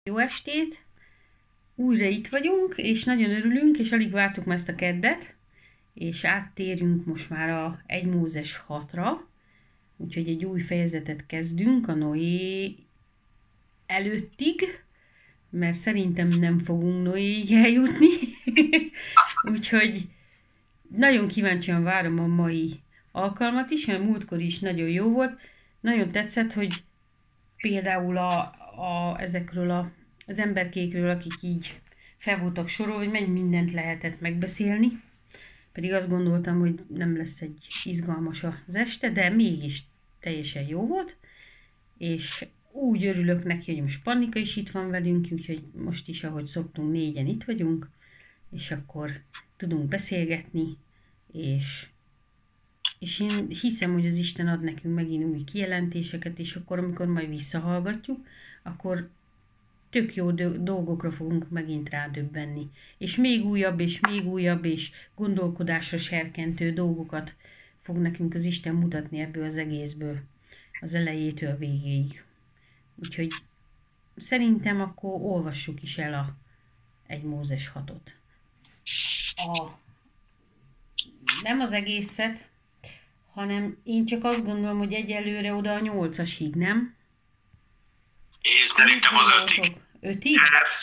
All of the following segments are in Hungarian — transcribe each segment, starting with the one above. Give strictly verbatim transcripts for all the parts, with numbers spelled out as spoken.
Jó estét! Újra itt vagyunk, és nagyon örülünk, és alig vártuk már ezt a keddet, és áttérünk most már a egy Mózes hatra, úgyhogy egy új fejezetet kezdünk a Noé előttig, mert szerintem nem fogunk Noéig eljutni, úgyhogy nagyon kíváncsian várom a mai alkalmat is, mert múltkor is nagyon jó volt. Nagyon tetszett, hogy például a, a, ezekről a, az emberkékről, akik így fel voltak sorolva, hogy mennyi mindent lehetett megbeszélni. Pedig azt gondoltam, hogy nem lesz egy izgalmas az este, de mégis teljesen jó volt. És úgy örülök neki, hogy most Pannika is itt van velünk, úgyhogy most is, ahogy szoktunk, négyen itt vagyunk, és akkor tudunk beszélgetni, és, és én hiszem, hogy az Isten ad nekünk megint új kijelentéseket, és akkor, amikor majd visszahallgatjuk, akkor tök jó dolgokra fogunk megint rádöbbenni. És még újabb, és még újabb, és gondolkodásra serkentő dolgokat fog nekünk az Isten mutatni ebből az egészből, az elejétől a végéig. Úgyhogy szerintem akkor olvassuk is el a egy Mózes hatot. A, nem az egészet, hanem én csak azt gondolom, hogy egyelőre oda a nyolcasig, nem? Én szerintem az ötig. Ötig?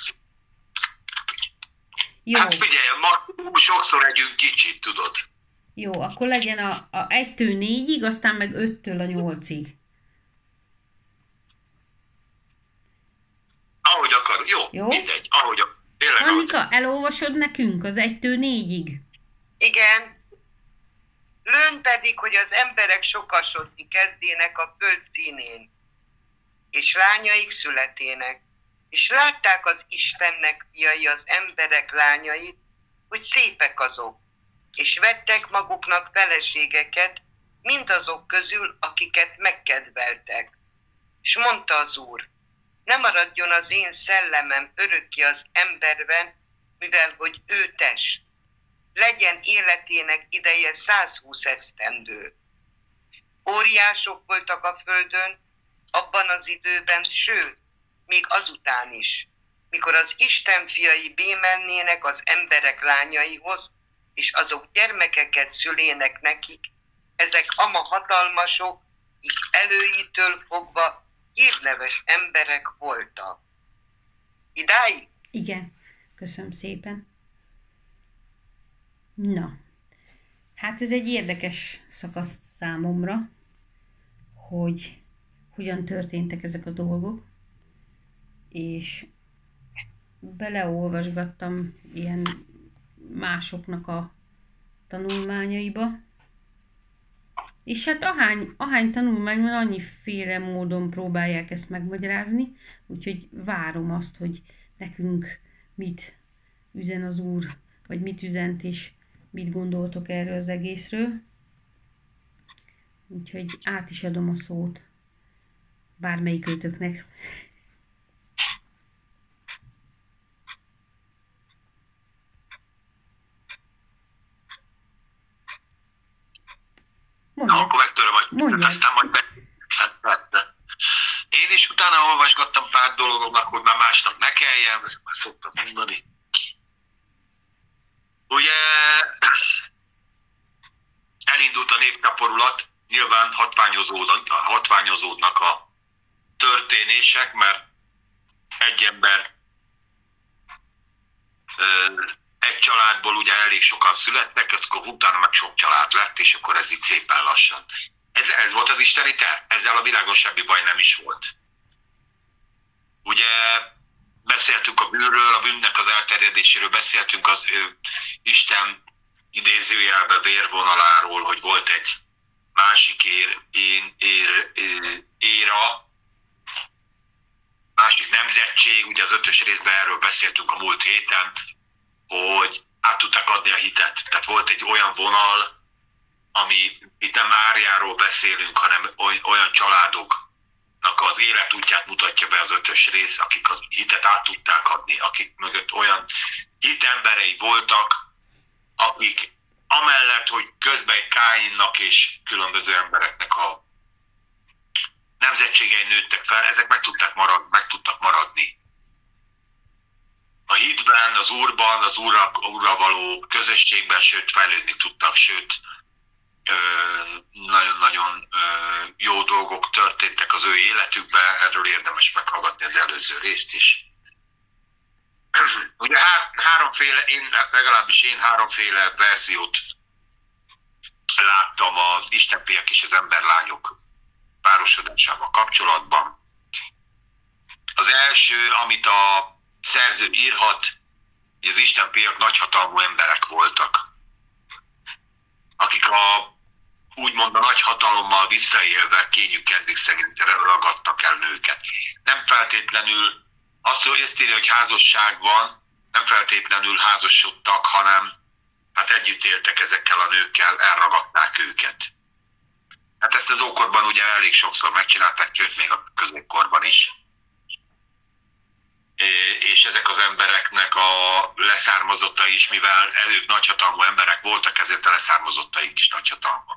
Jó. Hát figyelj, ma sokszor együnk kicsit, tudod. Jó, akkor legyen a, a egytől négyig, aztán meg öttől a nyolcig. Ahogy akar, jó, jó? Mindegy, ahogy akar. Annika, elolvasod nekünk az egytől négyig? Igen. Lőn pedig, hogy az emberek sokasodni kezdének a föld színén, és lányaik születének. És látták az Istennek fiai az emberek lányait, hogy szépek azok, és vettek maguknak feleségeket, mind azok közül, akiket megkedveltek. És mondta az Úr, ne maradjon az én szellemem örökké az emberben, mivel hogy ő test. Legyen életének ideje százhúsz esztendő. Óriások voltak a földön, abban az időben, sőt, még azután is, mikor az Isten fiai bémennének az emberek lányaihoz, és azok gyermekeket szülének nekik, ezek ama hatalmasok, így előitől fogva hírneves emberek voltak. Idáig? Igen, köszönöm szépen. Na, hát ez egy érdekes szakasz számomra, hogy hogyan történtek ezek a dolgok, és beleolvasgattam ilyen másoknak a tanulmányaiba, és hát ahány, ahány tanulmányban annyiféle módon próbálják ezt megmagyarázni, úgyhogy várom azt, hogy nekünk mit üzen az Úr, vagy mit üzent, és mit gondoltok erről az egészről. Úgyhogy át is adom a szót bármelyikőtöknek. Na, akkor megtöröm, hogy aztán majd beszélünk. Én is utána olvasgattam pár dolognak, hogy már másnak ne kelljen, ezt már szoktam mondani. Ugye elindult a népszaporulat, nyilván hatványozódnak, hatványozódnak a történések, mert egy ember egy családból ugye elég sokan születtek, akkor utána meg sok család lett, és akkor ez így szépen lassan. Ez, ez volt az isteni terv, ezzel a világon semmi baj nem is volt. Ugye beszéltünk a bűnről, a bűnnek az elterjedéséről, beszéltünk az ő, Isten idézőjelbe vérvonaláról, hogy volt egy másik ér, ér, ér, ér, éra, másik nemzetség, ugye az ötös részben erről beszéltünk a múlt héten, hogy át tudták adni a hitet. Tehát volt egy olyan vonal, ami itt nem árjáról beszélünk, hanem olyan családoknak az életútját mutatja be az ötös rész, akik a hitet át tudták adni, akik mögött olyan hitemberei voltak, akik amellett, hogy közben Káinnak és különböző embereknek a nemzetségei nőttek fel, ezek meg tudtak, marad, meg tudtak maradni. az Úrban, az Úrra, Úrra való közösségben, sőt fejlődni tudtak, sőt nagyon-nagyon jó dolgok történtek az ő életükben, erről érdemes meghallgatni az előző részt is. Ugye há, háromféle, én, legalábbis én háromféle verziót láttam az istenfiak és az emberlányok párosodásával kapcsolatban. Az első, amit a szerző írhat, hogy az istenfiak nagyhatalmú emberek voltak, akik a úgymond a nagy hatalommal visszaélve kényük szerint ragadtak el nőket. Nem feltétlenül azt, hogy ezt írja, hogy házasság van, nem feltétlenül házasodtak, hanem hát együtt éltek ezekkel a nőkkel, elragadták őket. Hát ezt az ókorban ugye elég sokszor megcsinálták, sőt még a középkorban is. És ezek az embereknek a leszármazottai is, mivel előbb nagyhatalmú emberek voltak, ezért a leszármazottaik is nagyhatalmú.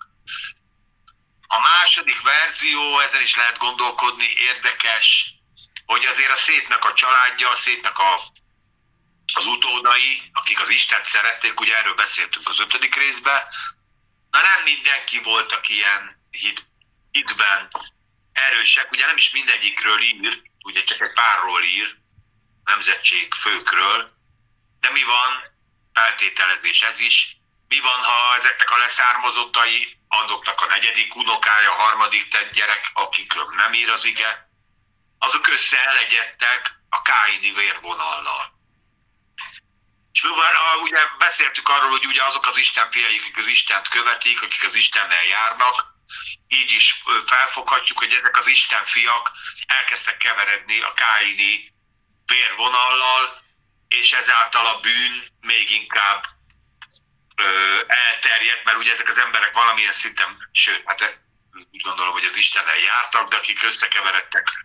A második verzió, ezen is lehet gondolkodni, érdekes, hogy azért a szétnek a családja, a szétnek a, az utódai, akik az Istent szerették, ugye erről beszéltünk az ötödik részben, na nem mindenki voltak ilyen hit, hitben erősek, ugye nem is mindegyikről ír, ugye csak egy párról ír, nemzetség főkről, de mi van, feltételezés ez is, mi van, ha ezeknek a leszármazottai, azoknak a negyedik unokája, a harmadik gyerek, akikről nem ír az ige, azok összeelegyedtek a káini vérvonallal. És ugye beszéltük arról, hogy ugye azok az Isten fiai, akik az Istent követik, akik az Istennel járnak, így is felfoghatjuk, hogy ezek az Isten fiak elkezdtek keveredni a káini vérvonallal, és ezáltal a bűn még inkább ö, elterjedt, mert ugye ezek az emberek valamilyen szinten, sőt, hát úgy gondolom, hogy az Istennel jártak, de akik összekeveredtek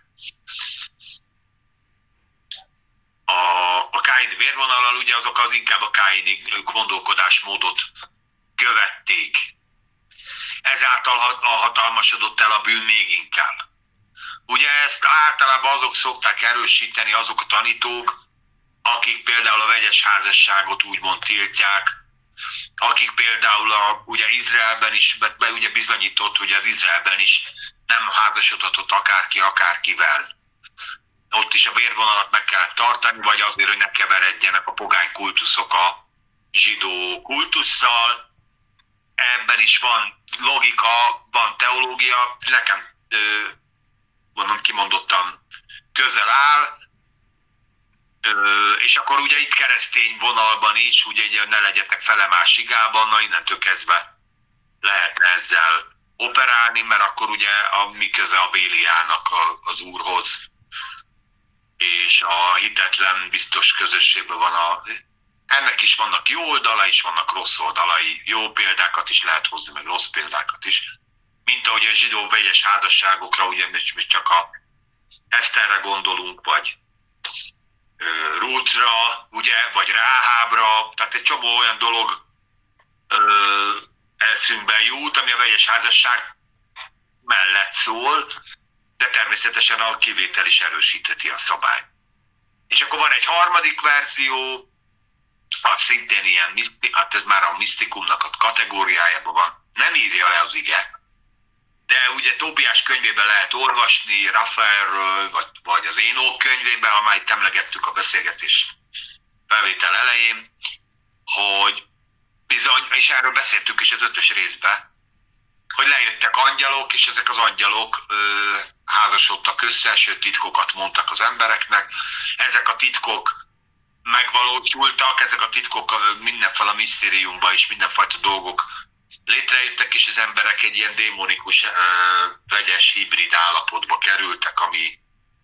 a, a káini vérvonallal, ugye azok az inkább a káini gondolkodásmódot követték. Ezáltal a hatalmasodott el a bűn még inkább. Ugye ezt általában azok szokták erősíteni, azok a tanítók, akik például a vegyes házasságot úgymond tiltják, akik például a, ugye Izraelben is, be ugye bizonyított, hogy az Izraelben is nem házasodhatott akárki akárkivel. Ott is a vérvonalat meg kellett tartani, vagy azért, hogy ne keveredjenek a pogány kultuszok a zsidó kultusszal. Ebben is van logika, van teológia, nekem mondom kimondottan közel áll, és akkor ugye itt keresztény vonalban is, ugye ne legyetek felemás igában, na innentől kezdve lehetne ezzel operálni, mert akkor ugye a, mi köze a Béliának a, az Úrhoz, és a hitetlen biztos közösségben van a... Ennek is vannak jó oldalai, is vannak rossz oldalai. Jó példákat is lehet hozni, meg rossz példákat is. Mint ahogy a zsidó vegyes házasságokra, ugye mi csak a Eszterre gondolunk, vagy uh, Rútra, ugye, vagy Ráhábra, tehát egy csomó olyan dolog uh, eszünkbe jut, ami a vegyes házasság mellett szól, de természetesen a kivétel is erősítheti a szabályt. És akkor van egy harmadik verzió, az szintén ilyen, miszti, hát ez már a misztikumnak a kategóriájában van, nem írja le az ige, de ugye Tóbiás könyvében lehet olvasni, Rafaelről, vagy, vagy az Énok könyvében, ha már itt emlegettük a beszélgetés felvétel elején, hogy bizony, és erről beszéltünk is az ötös részben, hogy lejöttek angyalok, és ezek az angyalok ö, házasodtak össze, sőt titkokat mondtak az embereknek. Ezek a titkok megvalósultak, ezek a titkok mindenféle misztériumban és mindenfajta dolgok létrejöttek, és az emberek egy ilyen démonikus, ö, vegyes, hibrid állapotba kerültek, amire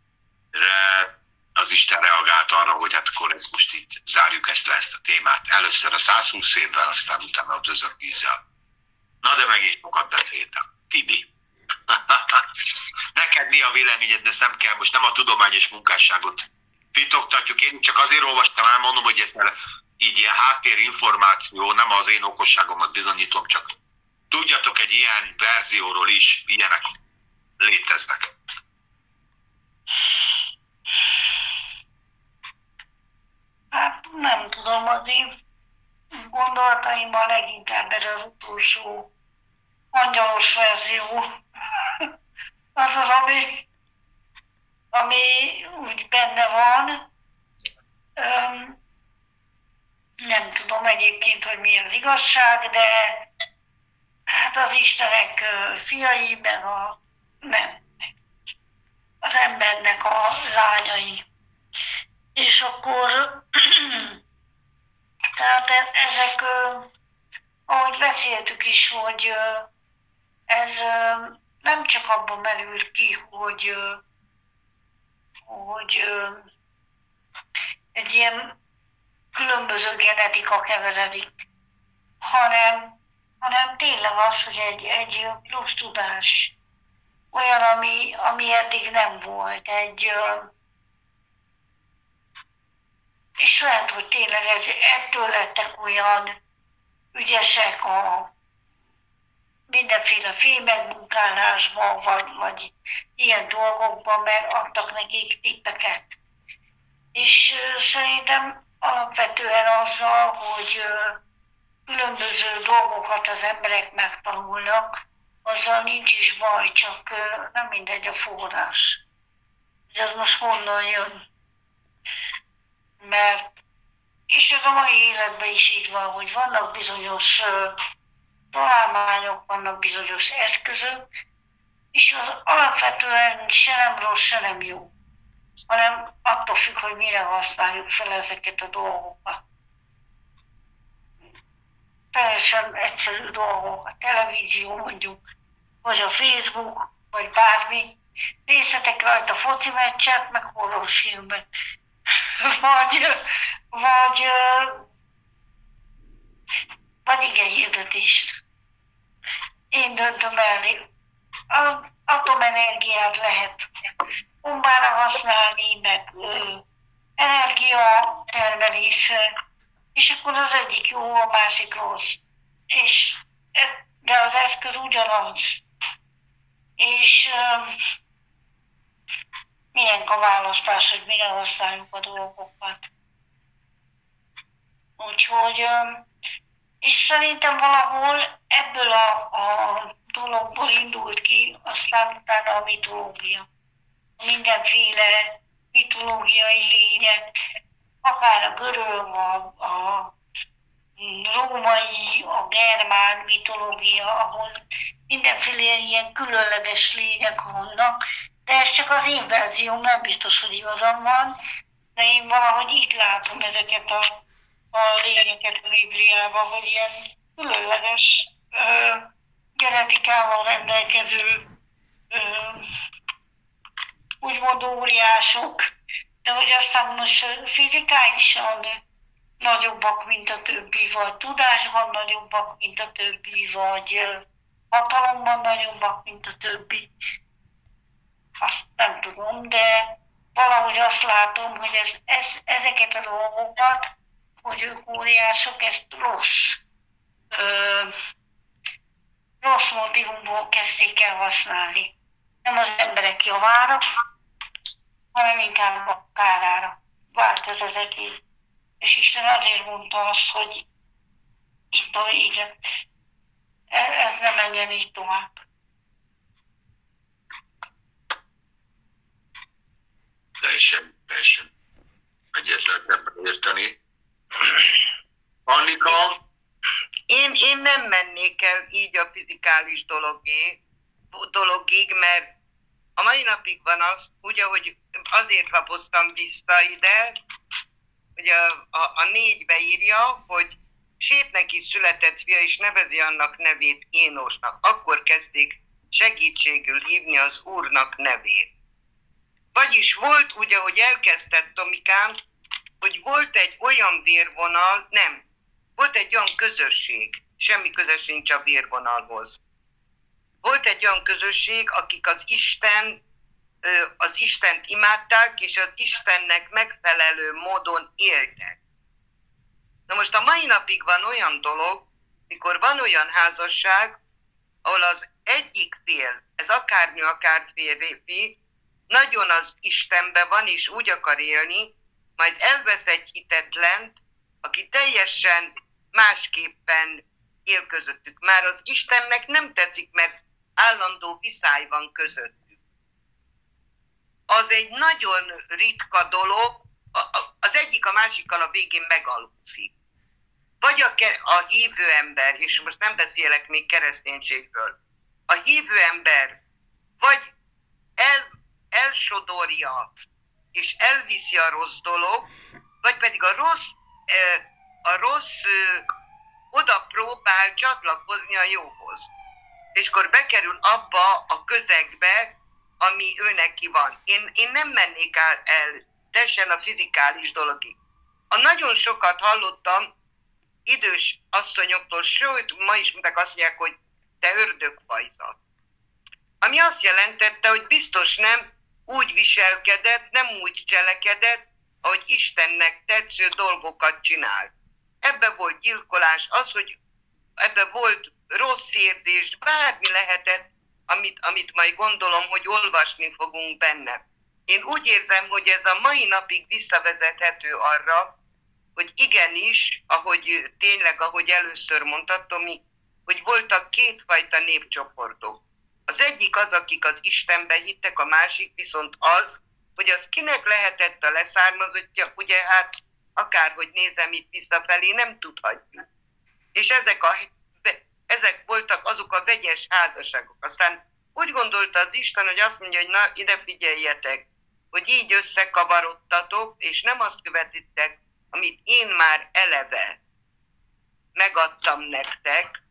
az Isten reagált arra, hogy hát akkor ezt most itt zárjuk ezt le, ezt a témát. Először a százhúsz évvel, aztán utána az özök vízzel. Na de meg is sokat beszéltem. Tibi. Neked mi a véleményed, de ezt nem kell, most nem a tudományos munkásságot titoktatjuk. Én csak azért olvastam, elmondom, hogy ez így ilyen háttérinformáció, nem az én okosságomat bizonyítom, csak tudjatok, egy ilyen verzióról is ilyenek léteznek. Hát ez az utolsó angyalos verzió. Az az, ami, ami úgy benne van. Öm, nem tudom egyébként, hogy mi az igazság, de hát az Istenek fiai, meg a, nem, az embernek a lányai. És akkor, tehát ezek, ahogy beszéltük is, hogy ez nem csak abban merül ki, hogy, hogy egy ilyen különböző genetika keveredik, hanem, hanem tényleg az, hogy egy, egy plusz tudás, olyan, ami, ami eddig nem volt, egy, és lehet, hogy tényleg ez, ettől lettek olyan ügyesek a mindenféle fémegmunkálásban, vagy, vagy ilyen dolgokban, mert adtak nekik tippeket. És uh, szerintem alapvetően azzal, hogy uh, különböző dolgokat az emberek megtanulnak, azzal nincs is baj, csak uh, nem mindegy a forrás. És ez most honnan jön? Mert, és ez a mai életben is így van, hogy vannak bizonyos uh, találmányok, vannak bizonyos eszközök, és az alapvetően se nem rossz, se nem jó, hanem attól függ, hogy mire használjuk fel ezeket a dolgokat. Teljesen egyszerű dolgok, a televízió mondjuk, vagy a Facebook, vagy bármi. Nézhetek rajta foci meccset, meg horrorfilmet. vagy, vagy, vagy igen hirdetést. Én döntöm el. Atomenergiát lehet bombára használni, meg energiatermelésre, és akkor az egyik jó, a másik rossz. És, de az eszköz ugyanaz. És uh, milyen a választás, hogy mire használjuk a dolgokat. Úgyhogy, uh, és szerintem valahol ebből a, a dologból indult ki, aztán utána a mitológia. Mindenféle mitológiai lények, akár a görög, a, a római, a germán mitológia, ahol mindenféle ilyen különleges lények vannak, de ez csak az én verzióm, nem biztos, hogy igazam van, de én valahogy itt látom ezeket a, a lényeket a Bibliában, hogy ilyen különleges ö, genetikával rendelkező ö, úgymond óriások, de hogy aztán most fizikálisan nagyobbak, mint a többi, vagy tudásban nagyobbak, mint a többi, vagy hatalomban nagyobbak, mint a többi. Azt nem tudom, de valahogy azt látom, hogy ez, ez, ezeket a dolgokat, hogy ők óriások, ezt rossz, ö, rossz motivumból kezdték el használni. Nem az emberek javára, hanem inkább a kárára vált ez az egész. És Isten azért mondta azt, hogy itt a vége. Ez nem menjen így tovább. Teljesen, teljesen egyetlen érteni. Annika? Én, én nem mennék el így a fizikális dologé, dologig, mert a mai napig van az, úgy, ahogy azért lapoztam vissza ide, hogy a, a, a négybe írja, hogy Sétnek is született fia, és nevezi annak nevét Énosnak. Akkor kezdték segítségül hívni az Úrnak nevét. Vagyis volt úgy, ahogy elkezdett Tomikám, hogy volt egy olyan vérvonal, nem, volt egy olyan közösség, semmi közös nincs a vérvonalhoz. Volt egy olyan közösség, akik az Isten, az Istent imádták, és az Istennek megfelelő módon éltek. Na most a mai napig van olyan dolog, mikor van olyan házasság, ahol az egyik fél, ez akár nő, akár férfi, nagyon az Istenben van, és úgy akar élni, majd elvesz egy hitetlent, aki teljesen másképpen él közöttük. Már az Istennek nem tetszik, mert állandó viszály van közöttük. Az egy nagyon ritka dolog, az egyik a másikkal a végén megalkuszik. Vagy a, a hívő ember, és most nem beszélek még kereszténységről, a hívő ember vagy el, elsodorja és elviszi a rossz dolog, vagy pedig a rossz, a rossz oda próbál csatlakozni a jóhoz. És akkor bekerül abba a közegbe, ami ő neki van. Én, én nem mennék el, el teljesen a fizikális dologig. A nagyon sokat hallottam idős asszonyoktól, sőt, ma is mondták, azt mondják, hogy te ördögfajzat. Ami azt jelentette, hogy biztos nem úgy viselkedett, nem úgy cselekedett, ahogy Istennek tetsző dolgokat csinált. Ebbe volt gyilkolás, az, hogy ebbe volt rossz érzés, bármi lehetett, amit, amit majd gondolom, hogy olvasni fogunk benne. Én úgy érzem, hogy ez a mai napig visszavezethető arra, hogy igenis, ahogy tényleg, ahogy először mondhatom, hogy voltak kétfajta népcsoportok. Az egyik az, akik az Istenbe hittek, a másik viszont az, hogy az kinek lehetett a leszármazottja, ugye hát akárhogy nézem itt visszafelé, nem tudhatjuk. És ezek, a, ezek voltak azok a vegyes házasságok. Aztán úgy gondolta az Isten, hogy azt mondja, hogy na, ide figyeljetek, hogy így összekavarodtatok, és nem azt követitek, amit én már eleve megadtam nektek,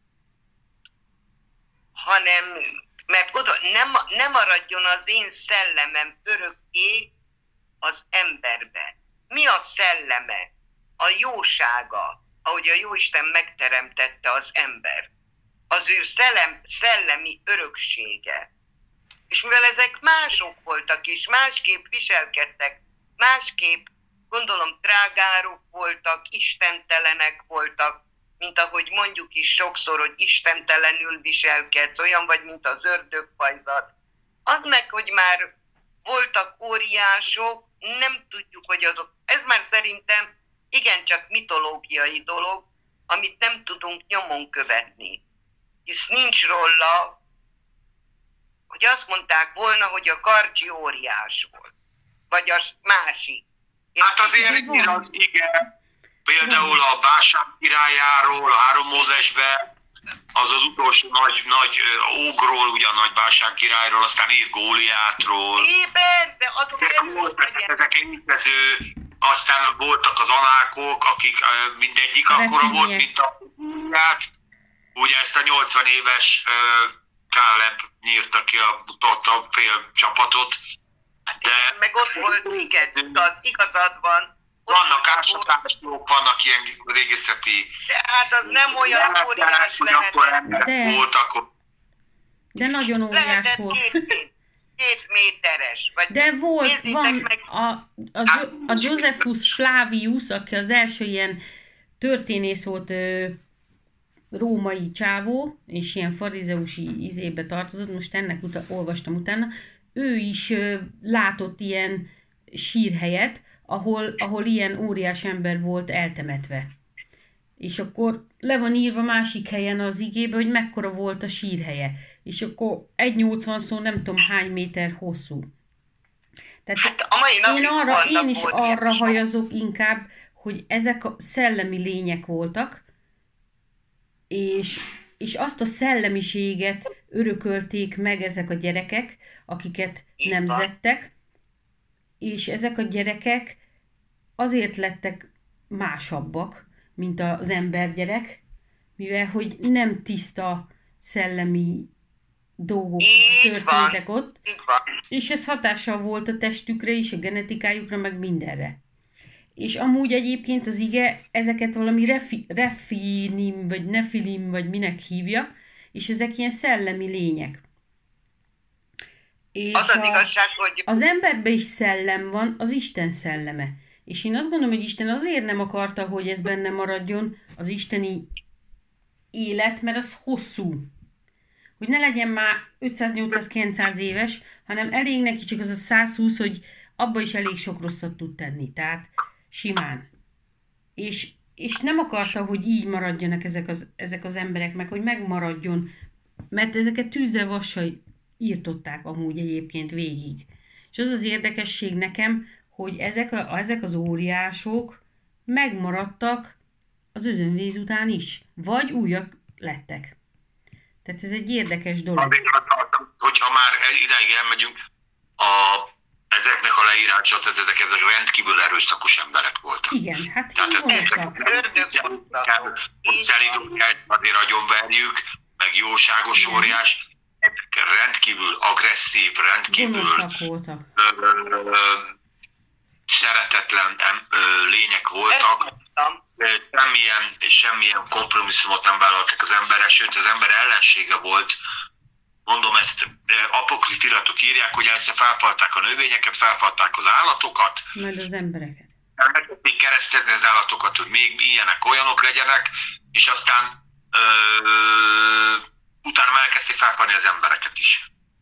hanem, mert oda nem, nem maradjon az én szellemem örökké az emberbe. Mi a szelleme? A jósága, ahogy a Jóisten megteremtette az ember. Az ő szellem, szellemi öröksége. És mivel ezek mások voltak, és másképp viselkedtek, másképp, gondolom, trágárok voltak, istentelenek voltak, mint ahogy mondjuk is sokszor, hogy istentelenül viselkedsz, olyan vagy, mint az ördögfajzat. Az meg, hogy már voltak óriások, nem tudjuk, hogy azok. Ez már szerintem igencsak mitológiai dolog, amit nem tudunk nyomon követni. Hisz nincs róla, hogy azt mondták volna, hogy a Karcsi óriás volt. Vagy a másik. Én hát azért az igen. Például a Básán királyáról, a három Mózesben, az az utolsó nagy, nagy ógról, ugye a nagy Básán királyról, aztán ír Góliátról. É, persze, azok ezek létező, aztán voltak az anákok, akik mindegyik akkora volt, mint a Góliát. Ugye ezt a nyolcvan éves Káleb nyírta ki a, a fél csapatot. De meg ott volt, igen, igaz, igazad van. Vannak ásatások, vannak ilyen régészeti... De hát az nem olyan óriás lehetett. De, voltak. De nagyon óriás volt. Két, két méteres. Vagy de volt, van meg... a, a, a Josephus Flavius, aki az első ilyen történész volt, ö, római csávó, és ilyen farizeusi izébe tartozott, most ennek uta, olvastam utána, ő is ö, látott ilyen sírhelyet, ahol, ahol ilyen óriás ember volt eltemetve. És akkor le van írva másik helyen az igébe, hogy mekkora volt a sírhelye. És akkor egy nyolcvan szó nem tudom hány méter hosszú. Tehát hát a mai én, arra, én is arra hajazok inkább, hogy ezek a szellemi lények voltak, és, és azt a szellemiséget örökölték meg ezek a gyerekek, akiket nemzettek, és ezek a gyerekek azért lettek másabbak, mint az embergyerek, mivel hogy nem tiszta szellemi dolgok így történtek van, ott, és ez hatással volt a testükre is, a genetikájukra, meg mindenre. És amúgy egyébként az ige ezeket valami refi, refinim, vagy nefilim, vagy minek hívja, és ezek ilyen szellemi lények. És az az a, igazság, hogy... az emberben is szellem van, az Isten szelleme. És én azt gondolom, hogy Isten azért nem akarta, hogy ez benne maradjon, az isteni élet, mert az hosszú. Hogy ne legyen már ötszáz-nyolcszáz-kilencszáz éves, hanem elég neki csak az a száz húsz, hogy abba is elég sok rosszat tud tenni. Tehát simán. És, és nem akarta, hogy így maradjanak ezek az, ezek az emberek, meg hogy megmaradjon, mert ezeket tűzzel vassal írtották amúgy egyébként végig. És az az érdekesség nekem, hogy ezek, a, ezek az óriások megmaradtak az özönvíz után is, vagy újak lettek. Tehát ez egy érdekes dolog. Hogyha már ideig elmegyünk, a, ezeknek a leírása, tehát ezek, ezek rendkívül erőszakos emberek voltak. Igen, hát tehát ez Szelidót azért agyonverjük, meg jóságos Igen. óriás, rendkívül agresszív, rendkívül voltak. Ö, ö, szeretetlen ö, lények voltak. Semmilyen, semmilyen kompromisszumot nem vállaltak az emberek, sőt az ember ellensége volt. Mondom, ezt apokrif iratok írják, hogy először felfalták a növényeket, felfalták az állatokat. Majd az embereket. Elkezdték keresztezni az állatokat, hogy még ilyenek, olyanok legyenek, és aztán ö, utána már elkezdték felfalni az embereket is.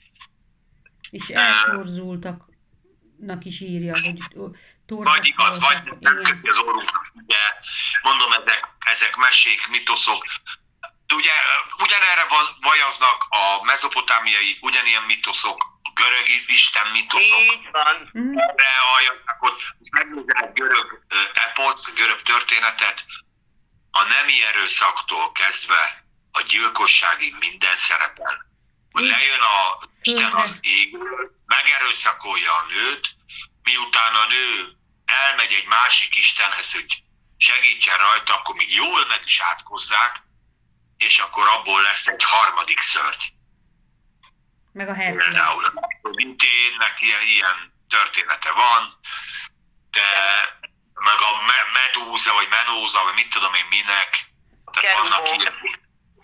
És eltorzultaknak is írja, hogy torzak vagy igaz, voltak. vagy nem köti az orrunknak, ugye, mondom, ezek, ezek mesék, mitoszok. Ugye, ugyanerre vajaznak a mezopotámiai, ugyanilyen mitoszok, a görög isten mitoszok. Így van. Mm. Erre hallják, hogy megnézem egy görög eposz, görög történetet, a nemi erőszaktól kezdve a gyilkosságig minden szerepel. Hogy lejön a Isten az égről, megerőszakolja a nőt, miután a nő elmegy egy másik istenhez, hogy segítsen rajta, akkor még jól meg is átkozzák, és akkor abból lesz egy harmadik szörny. Meg a Herkules. Például a Minténnek ilyen, ilyen története van, de meg a Medúza, vagy Menóza, vagy mit tudom én minek, tehát vannak ilyen.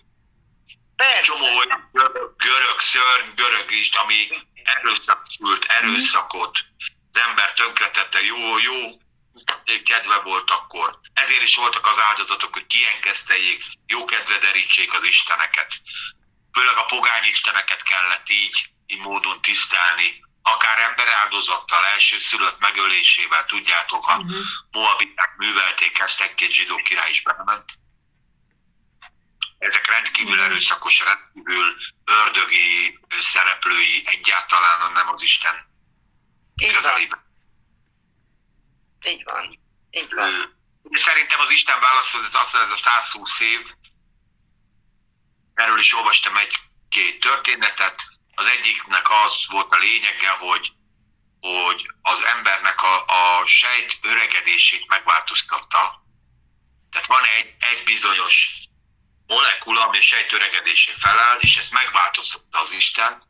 Egy csomó olyan görög, görög szörny, görög is, ami erőszakült, erőszakot, az ember tönkretette, jó, jó kedve volt akkor. Ezért is voltak az áldozatok, hogy kiengeszteljék, jó kedve derítsék az isteneket. Főleg a pogány isteneket kellett így, így módon tisztelni. Akár emberáldozattal, elsőszülött megölésével, tudjátok, ha uh-huh. moabiták művelték ezt, egy-két zsidó király is bement. Ezek rendkívül uh-huh. erőszakos, rendkívül ördögi szereplői, egyáltalán nem az Isten közelében. Így van. Így van. Szerintem az Isten válasz, az az, ez a száz húsz év. Erről is olvastam egy-két történetet. Az egyiknek az volt a lényege, hogy, hogy az embernek a, a sejt öregedését megváltoztatta. Tehát van egy, egy bizonyos molekula, ami a sejt öregedésé felel, és ezt megváltoztatta az Isten.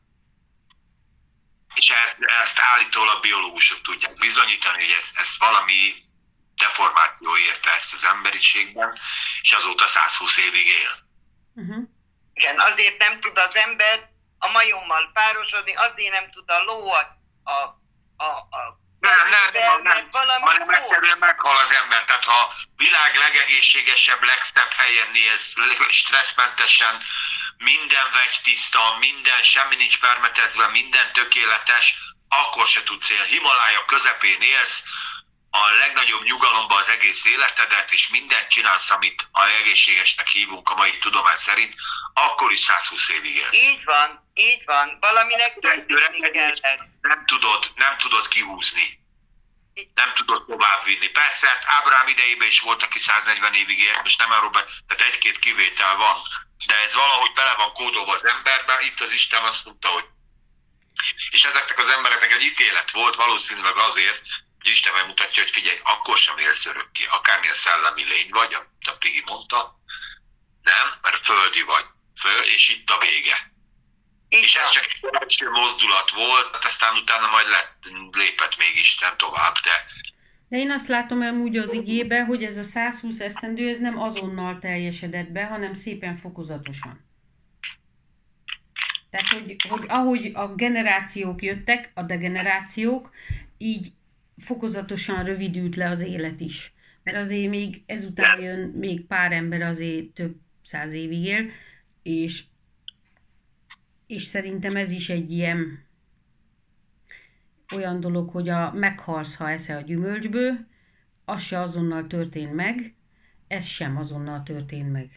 És ezt, ezt állítólag biológusok tudják bizonyítani, hogy ez, ez valami deformáció érte ezt az emberiségben, és azóta száz húsz évig él. Uh-huh. Igen, azért nem tud az ember a majommal párosodni, azért nem tud a ló a... a, a, a nem, nem, nem, nem, hanem egyszerűen meghal az ember. Tehát ha a világ legegészségesebb, legszebb helyen élsz, stresszmentesen, minden vegytiszta, minden, semmi nincs permetezve, minden tökéletes, akkor se tudsz élni. Himalája közepén élsz, a legnagyobb nyugalomban az egész életedet, és mindent csinálsz, amit a egészségesnek hívunk a mai tudomány szerint, akkor is száz húsz évig élsz. Így van, így van. Valaminek történni kellett. Nem tudod, nem tudod kihúzni. Nem tudod továbbvinni. Persze, hát Ábrám idejében is volt, aki száznegyven évig élt, most nem arról be, tehát egy-két kivétel van. De ez valahogy bele van kódolva az emberbe, itt az Isten azt mondta, hogy... És ezeknek az embereknek egy ítélet volt valószínűleg azért, hogy Isten megmutatja, hogy figyelj, akkor sem élsz örökké, akármilyen szellemi lény vagy, amit a Pigi mondta, nem, mert földi vagy, föl, és itt a vége. Itt és ez csak egy első mozdulat volt, aztán utána majd lett, lépett még Isten tovább, de... De én azt látom amúgy az igébe, hogy ez a száz húsz esztendő, ez nem azonnal teljesedett be, hanem szépen fokozatosan. Tehát, hogy, hogy ahogy a generációk jöttek, a degenerációk, így fokozatosan rövidült le az élet is. Mert azért még ezután jön még pár ember, azért több száz évig él, és, és szerintem ez is egy ilyen olyan dolog, hogy a, meghalsz, ha eszel a gyümölcsből, az se azonnal történt meg, ez sem azonnal történt meg.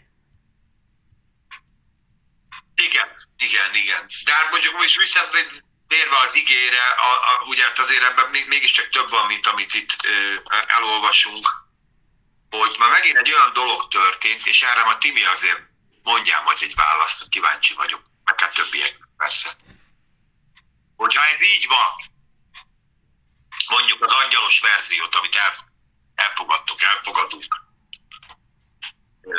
Igen, igen, igen. De hát mondjuk most visszatérve az igére, a, a, ugye hát azért ebben még, mégiscsak több van, mint amit itt ö, elolvasunk, hogy már megint egy olyan dolog történt, és erre a Timi azért mondjál majd egy választ, kíváncsi vagyok, meg hát többiek persze. Hogyha ez így van, mondjuk az angyalos verziót, amit el, elfogadtok, elfogadunk, ö,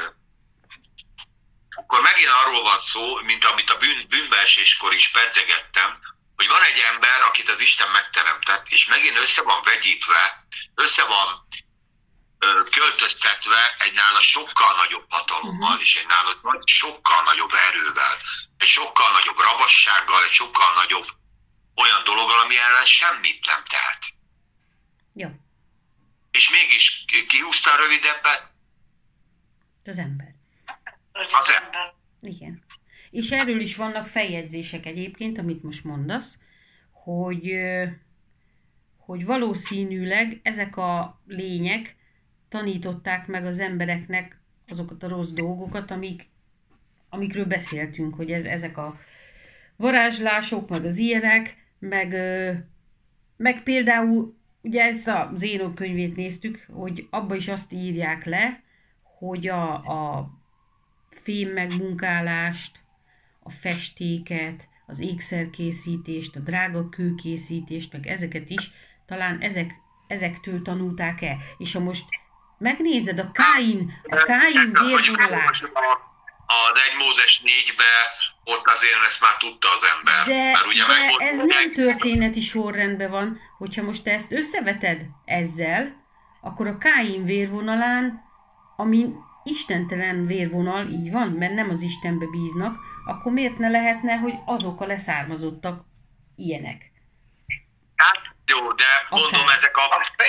akkor megint arról van szó, mint amit a bűn, bűnbeeséskor is pedzegettem, hogy van egy ember, akit az Isten megteremtett, és megint össze van vegyítve, össze van ö, költöztetve egy nála sokkal nagyobb hatalommal, és egy nála sokkal nagyobb erővel, egy sokkal nagyobb ravassággal, egy sokkal nagyobb olyan dologgal, ami ellen semmit nem tehet. Jó. És mégis kihúzta a rövidebbet? Az ember. Az ember. Igen. És erről is vannak feljegyzések egyébként, amit most mondasz, hogy, hogy valószínűleg ezek a lények tanították meg az embereknek azokat a rossz dolgokat, amik, amikről beszéltünk, hogy ez, ezek a varázslások, meg az ilyenek, meg, meg például, ugye ezt a Zénok könyvét néztük, hogy abba is azt írják le, hogy a, a fém megmunkálást, a festéket, az ékszerkészítést, a drága kőkészítést, meg ezeket is, talán ezek, ezektől tanulták el. És ha most megnézed a Káin, a Káin vérvonalát. Az egy Mózes négybe ott azért ezt már tudta az ember. De, mert ugye de ez nem történeti sorrendben van, hogyha most te ezt összeveted ezzel, akkor a Káin vérvonalán, ami istentelen vérvonal, így van, mert nem az Istenbe bíznak, akkor miért ne lehetne, hogy azok a leszármazottak ilyenek? Hát jó, de mondom, Akár. ezek a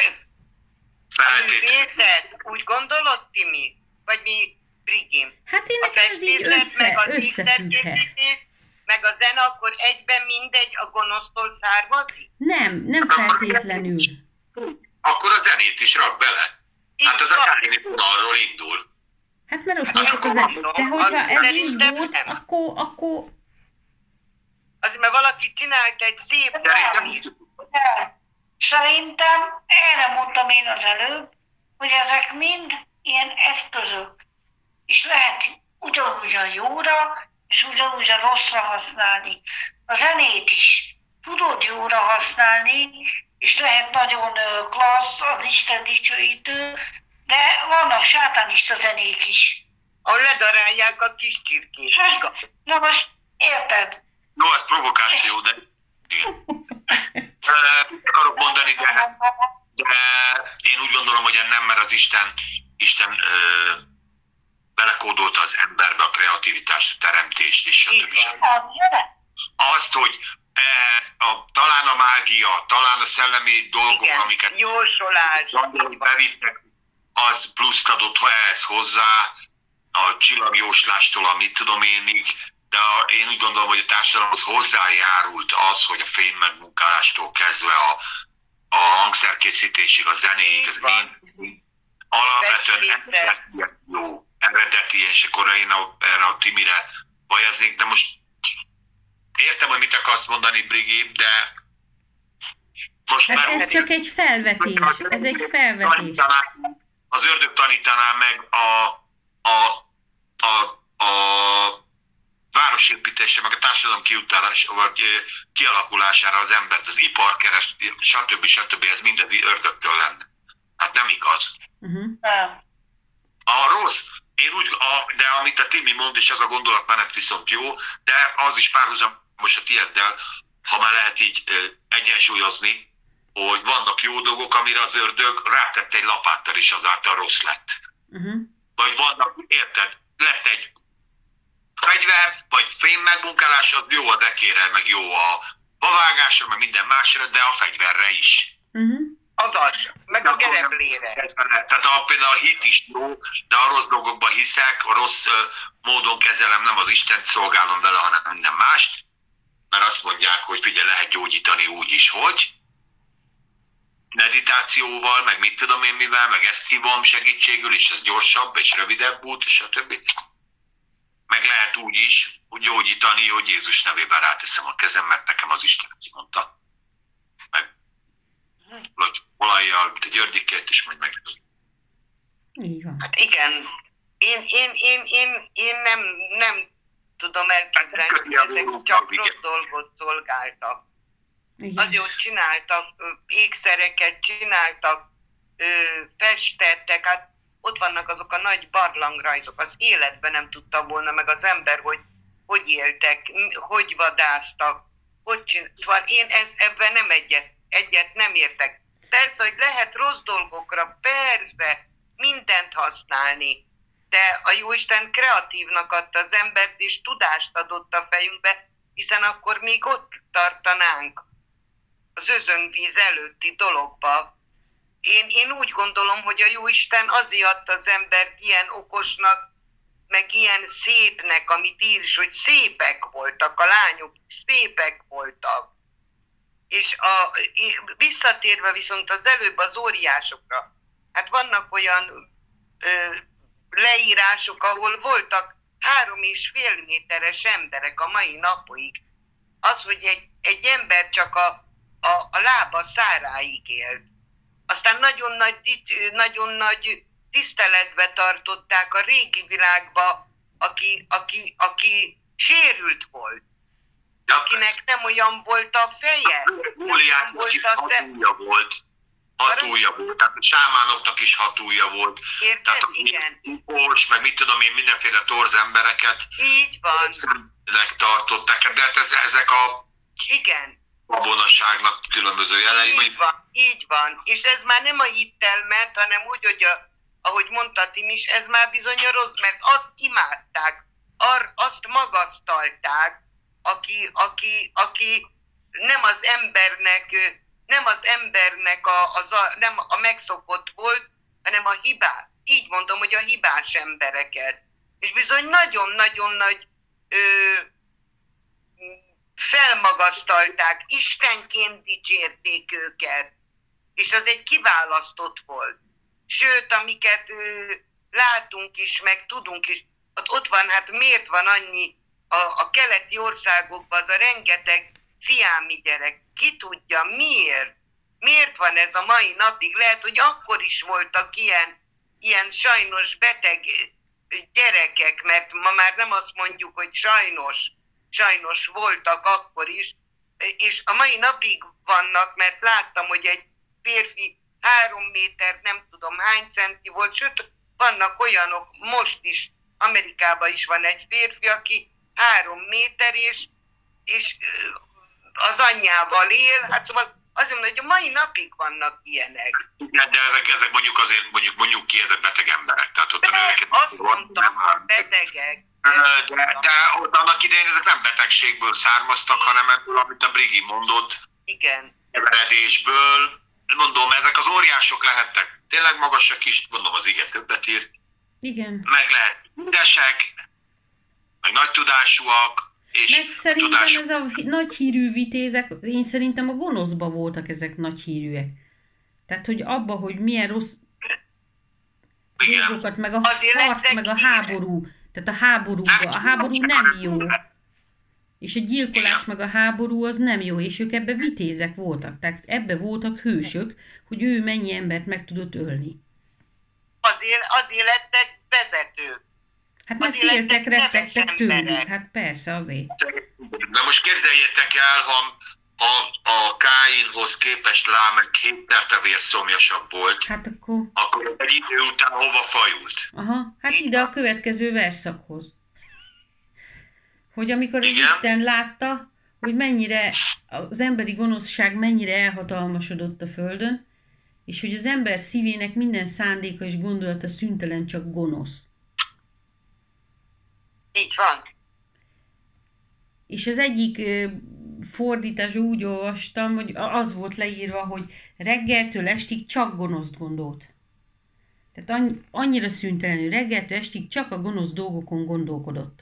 feltételek. Úgy gondolod, Timi? Vagy mi, Brigim? Hát én A nekem ez így festészet, össze, meg az összefügghet. ékszerkészítés, meg a zene, akkor egyben mindegy a gonosztól származik? Nem, nem feltétlenül. Akkor a zenét is rak bele. Hát az a Káini vonalról indul. Hát mert ott voltak az el... De hogyha ez így volt, akkor, akkor... Azért, mert valaki csinált egy szép zenét. Szerintem erre mondtam én az előbb, hogy ezek mind ilyen eszközök. És lehet ugyanúgy a jóra, és ugyanúgy a rosszra használni. A zenét is tudod jóra használni, és lehet nagyon klassz, az Isten dicsőítő, de vannak sátánista zenék is. Ahol ledarálják a kis csirkét. Na most érted? Jó, ez provokáció, de... akarok mondani, de, de én úgy gondolom, hogy nem, mert az Isten, Isten ö, belekódolta az emberbe a kreativitást, a teremtést, és stb. Azt, hogy ez a, talán a mágia, talán a szellemi dolgok, igen, amiket jósolás bevittek, az pluszt adott ehhez hozzá, a csillagjóslástól a mit tudom én még, de a, én úgy gondolom, hogy a társadalomhoz hozzájárult az, hogy a fém megmunkálástól kezdve a, a hangszerkészítésig, a zenéig, az mind alapvetően jó, eredeti, és akkor én a, erre a Timire bajaznék, de most értem, hogy mit akarsz mondani, Brigi, de most hát ez csak egy felvetés, ez egy felvetés. Az ördög tanítaná meg a, a, a, a városépítésre, meg a társadalom kiutálása, vagy kialakulására az embert, az iparkeres, stb. stb. Ez mindez ördögtől lenne. Hát nem igaz. Uh-huh. A rossz, én úgy, a, de amit a Timi mond, és az a gondolatmenet viszont jó, de az is párhuzamos a tieddel, ha már lehet így ö, egyensúlyozni, hogy vannak jó dolgok, amire az ördög rátett egy lapáttal, és azáltal rossz lett. Uh-huh. Vagy vannak, érted, lett egy fegyver, vagy fém megmunkálás, az jó az ekére, meg jó a bavágásra, meg minden másra, de a fegyverre is. Uh-huh. Azaz, meg a gereblére. Tehát a, például a hit is jó, de a rossz dolgokban hiszek, a rossz uh, módon kezelem, nem az Istent szolgálom vele, hanem minden mást, mert azt mondják, hogy figyelj, lehet gyógyítani úgy is, hogy. meditációval, meg mit tudom én mivel, meg ezt hívom segítségül, és ez gyorsabb és rövidebb út, és a többi. Meg lehet úgy is, hogy gyógyítani, hogy Jézus nevében ráteszem a kezem, mert nekem az Isten ezt mondta. Meg olajjal, mint a Györgyikét, és majd meg. Így van. Hát igen, én, én, én, én, én nem, nem tudom elképzelni, hogy ezek csak rossz dolgot szolgáltak. Igen. Azért csináltak ö, ékszereket, csináltak, ö, festettek, hát ott vannak azok a nagy barlangrajzok, az életben nem tudta volna meg az ember, hogy hogy éltek, hogy vadásztak, hogy csináltak. Szóval én ez, ebben nem egyet, egyet nem értek. Persze, hogy lehet rossz dolgokra, persze, mindent használni, de a Jóisten kreatívnak adta az embert, és tudást adott a fejünkbe, hiszen akkor még ott tartanánk az özönvíz előtti dologba. Én, én úgy gondolom, hogy a Jóisten azért adta az embert ilyen okosnak, meg ilyen szépnek, amit ír is, hogy szépek voltak, a lányok szépek voltak. És a, visszatérve viszont az előbb az óriásokra, hát vannak olyan ö, leírások, ahol voltak három és fél méteres emberek a mai napig. Az, hogy egy, egy ember csak a, a, a lába száráig élt. Aztán nagyon nagy, nagyon nagy tiszteletbe tartották a régi világba, aki, aki, aki sérült volt. Akinek nem olyan volt a feje. Góliátnak is hat ujja volt. Hat ujja volt. Tehát a sámánoknak is hat ujja volt. Érted? Tehát a igen. Ors, meg mit tudom én, mindenféle torz embereket Így van. szemnek tartották. De hát ez, ezek a igen. babonaságnak különböző jelei. Így van, így van. És ez már nem a hittel ment, hanem úgy, hogy a, ahogy mondta Tim is, ez már bizony a rossz, mert azt imádták, ar, azt magasztalták, aki, aki, aki nem az embernek, nem az embernek a, az a, nem a megszokott volt, hanem a hibás. Így mondom, hogy a hibás embereket. És bizony nagyon-nagyon nagy ö, felmagasztalták, istenként dicsérték őket, és az egy kiválasztott volt. Sőt, amiket ö, látunk is, meg tudunk is, ott, ott van, hát miért van annyi a, a keleti országokban az a rengeteg sziámi gyerek, ki tudja miért? Miért van ez a mai napig? Lehet, hogy akkor is voltak ilyen, ilyen sajnos beteg gyerekek, mert ma már nem azt mondjuk, hogy sajnos, sajnos voltak akkor is, és a mai napig vannak, mert láttam, hogy egy férfi három méter, nem tudom hány centi volt, sőt, vannak olyanok, most is Amerikában is van egy férfi, aki három méter, és, és az anyjával él, hát szóval azért mondom, hogy a mai napig vannak ilyenek. De, de ezek, ezek mondjuk azért, mondjuk, mondjuk ki, ezek beteg emberek. Tehát ott de a nőket... Azt mondtam, hogy betegek. De, de, de ott annak idején ezek nem betegségből származtak, hanem ebből, amit a Brigi mondott. Igen. Keveredésből. Mondom, ezek az óriások lehettek tényleg magasak is, mondom, az ige többet ír. Igen. Meg lehet üresek, meg nagy tudásúak, és meg szerintem tudásuk. ez a nagy hírű vitézek, én szerintem a gonoszba voltak ezek nagy hírűek. Tehát, hogy abba, hogy milyen rossz Igen. dolgokat, meg a Azért harc, lettek meg a hírek. háború. Tehát a háborúba, a háború nem jó. És a gyilkolás Igen. meg a háború az nem jó, és ők ebbe vitézek voltak. Tehát ebbe voltak hősök, hogy ő mennyi embert meg tudott ölni. Azért, azért lettek vezetők. Hát mert Azért féltek, lettek neves rettegtek tőlük. emberek. Hát persze, azért. Na most képzeljétek el, ha a, a Káinhoz képest Lámek hétterte vérszomjasabb volt, Hát akkor... akkor egy idő után hova fajult? Aha, hát ide a következő verszakhoz. Hogy amikor az Igen. Isten látta, hogy mennyire az emberi gonoszság mennyire elhatalmasodott a földön, és hogy az ember szívének minden szándéka és gondolata szüntelen csak gonosz. Így van. És az egyik ö, fordításban úgy olvastam, hogy az volt leírva, hogy reggeltől estig csak gonoszt gondolt. Tehát annyi, annyira szüntelenül reggeltől estig csak a gonosz dolgokon gondolkodott.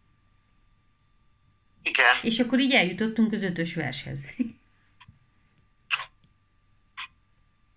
Igen. És akkor így eljutottunk az ötös vershez.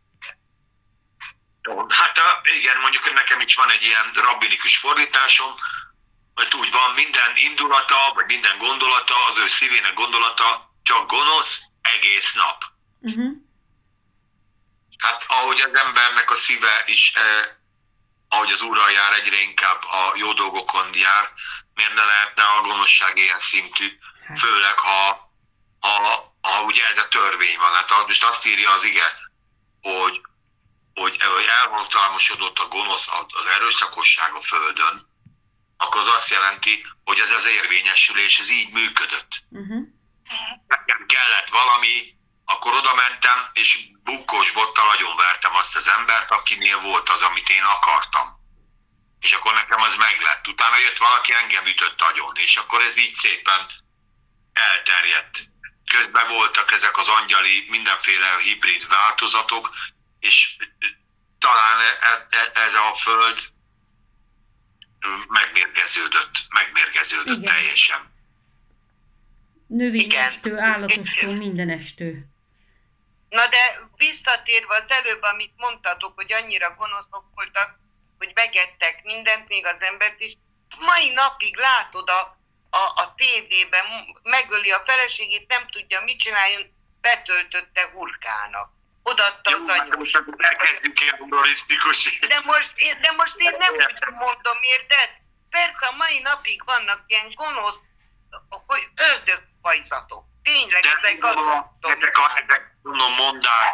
mert mondjuk nekem is van egy ilyen rabbinikus fordításom, hogy úgy van, minden indulata, vagy minden gondolata, az ő szívének gondolata csak gonosz egész nap. Uh-huh. Hát ahogy az embernek a szíve is, eh, ahogy az Úrral jár, egyre inkább a jó dolgokon jár, miért ne lehetne a gonoszság ilyen szintű, főleg ha, ha, ha ugye ez a törvény van. Hát most azt írja az ige, hogy, hogy, hogy elhatalmasodott a gonosz, az erőszakosság a földön, akkor az azt jelenti, hogy ez az érvényesülés, ez így működött. Uh-huh. Nekem kellett valami, akkor oda mentem, és bukkos bottal agyonvertem azt az embert, akinél volt az, amit én akartam. És akkor nekem az meglett. Utána jött valaki, engem ütött agyon, és akkor ez így szépen elterjedt. Közben voltak ezek az angyali, mindenféle hibrid változatok, és talán ez a föld megmérgeződött, megmérgeződött igen. teljesen. Növényestől, állatostól, mindenestől. Na de visszatérve az előbb, amit mondtatok, hogy annyira gonoszok voltak, hogy megettek mindent, még az embert is. Mai napig látod a, a, a tévében, megöli a feleségét, nem tudja, mit csináljon, betöltötte hurkának. Odaadta az anyót. Most akkor elkezdjük ilyen humorisztikus. De most, de most én nem úgy mondom, érted? Persze a mai napig vannak ilyen gonosz, hogy ördögfajzatok. Tényleg de ezek azok. Ezek a, ezek mondák,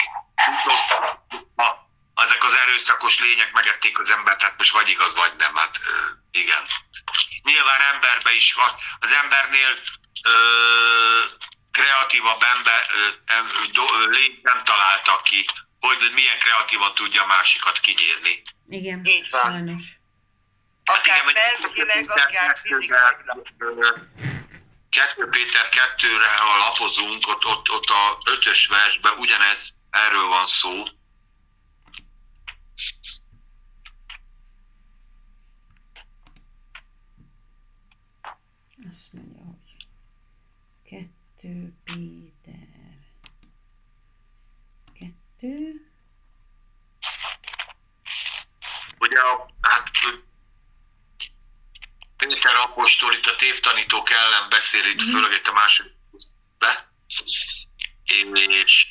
ezek az erőszakos lények megették az embert, hát most vagy igaz, vagy nem, hát igen. Nyilván emberben is van, az embernél ö, kreatívabb ember, ö, lény nem találtak ki, hogy milyen kreatívan tudja a másikat kinyírni. Igen, így van. Sajnos. Akár belgileg, akár fizikailag. kettő Péter kettőre, ha lapozunk, ott, ott, ott a ötös versben ugyanez, erről van szó. Azt mondja, hogy kettő Péter kettő. Ugye a, hát Péter apostol itt a tévtanítók ellen beszél, itt mm-hmm. főleg itt a második be, és,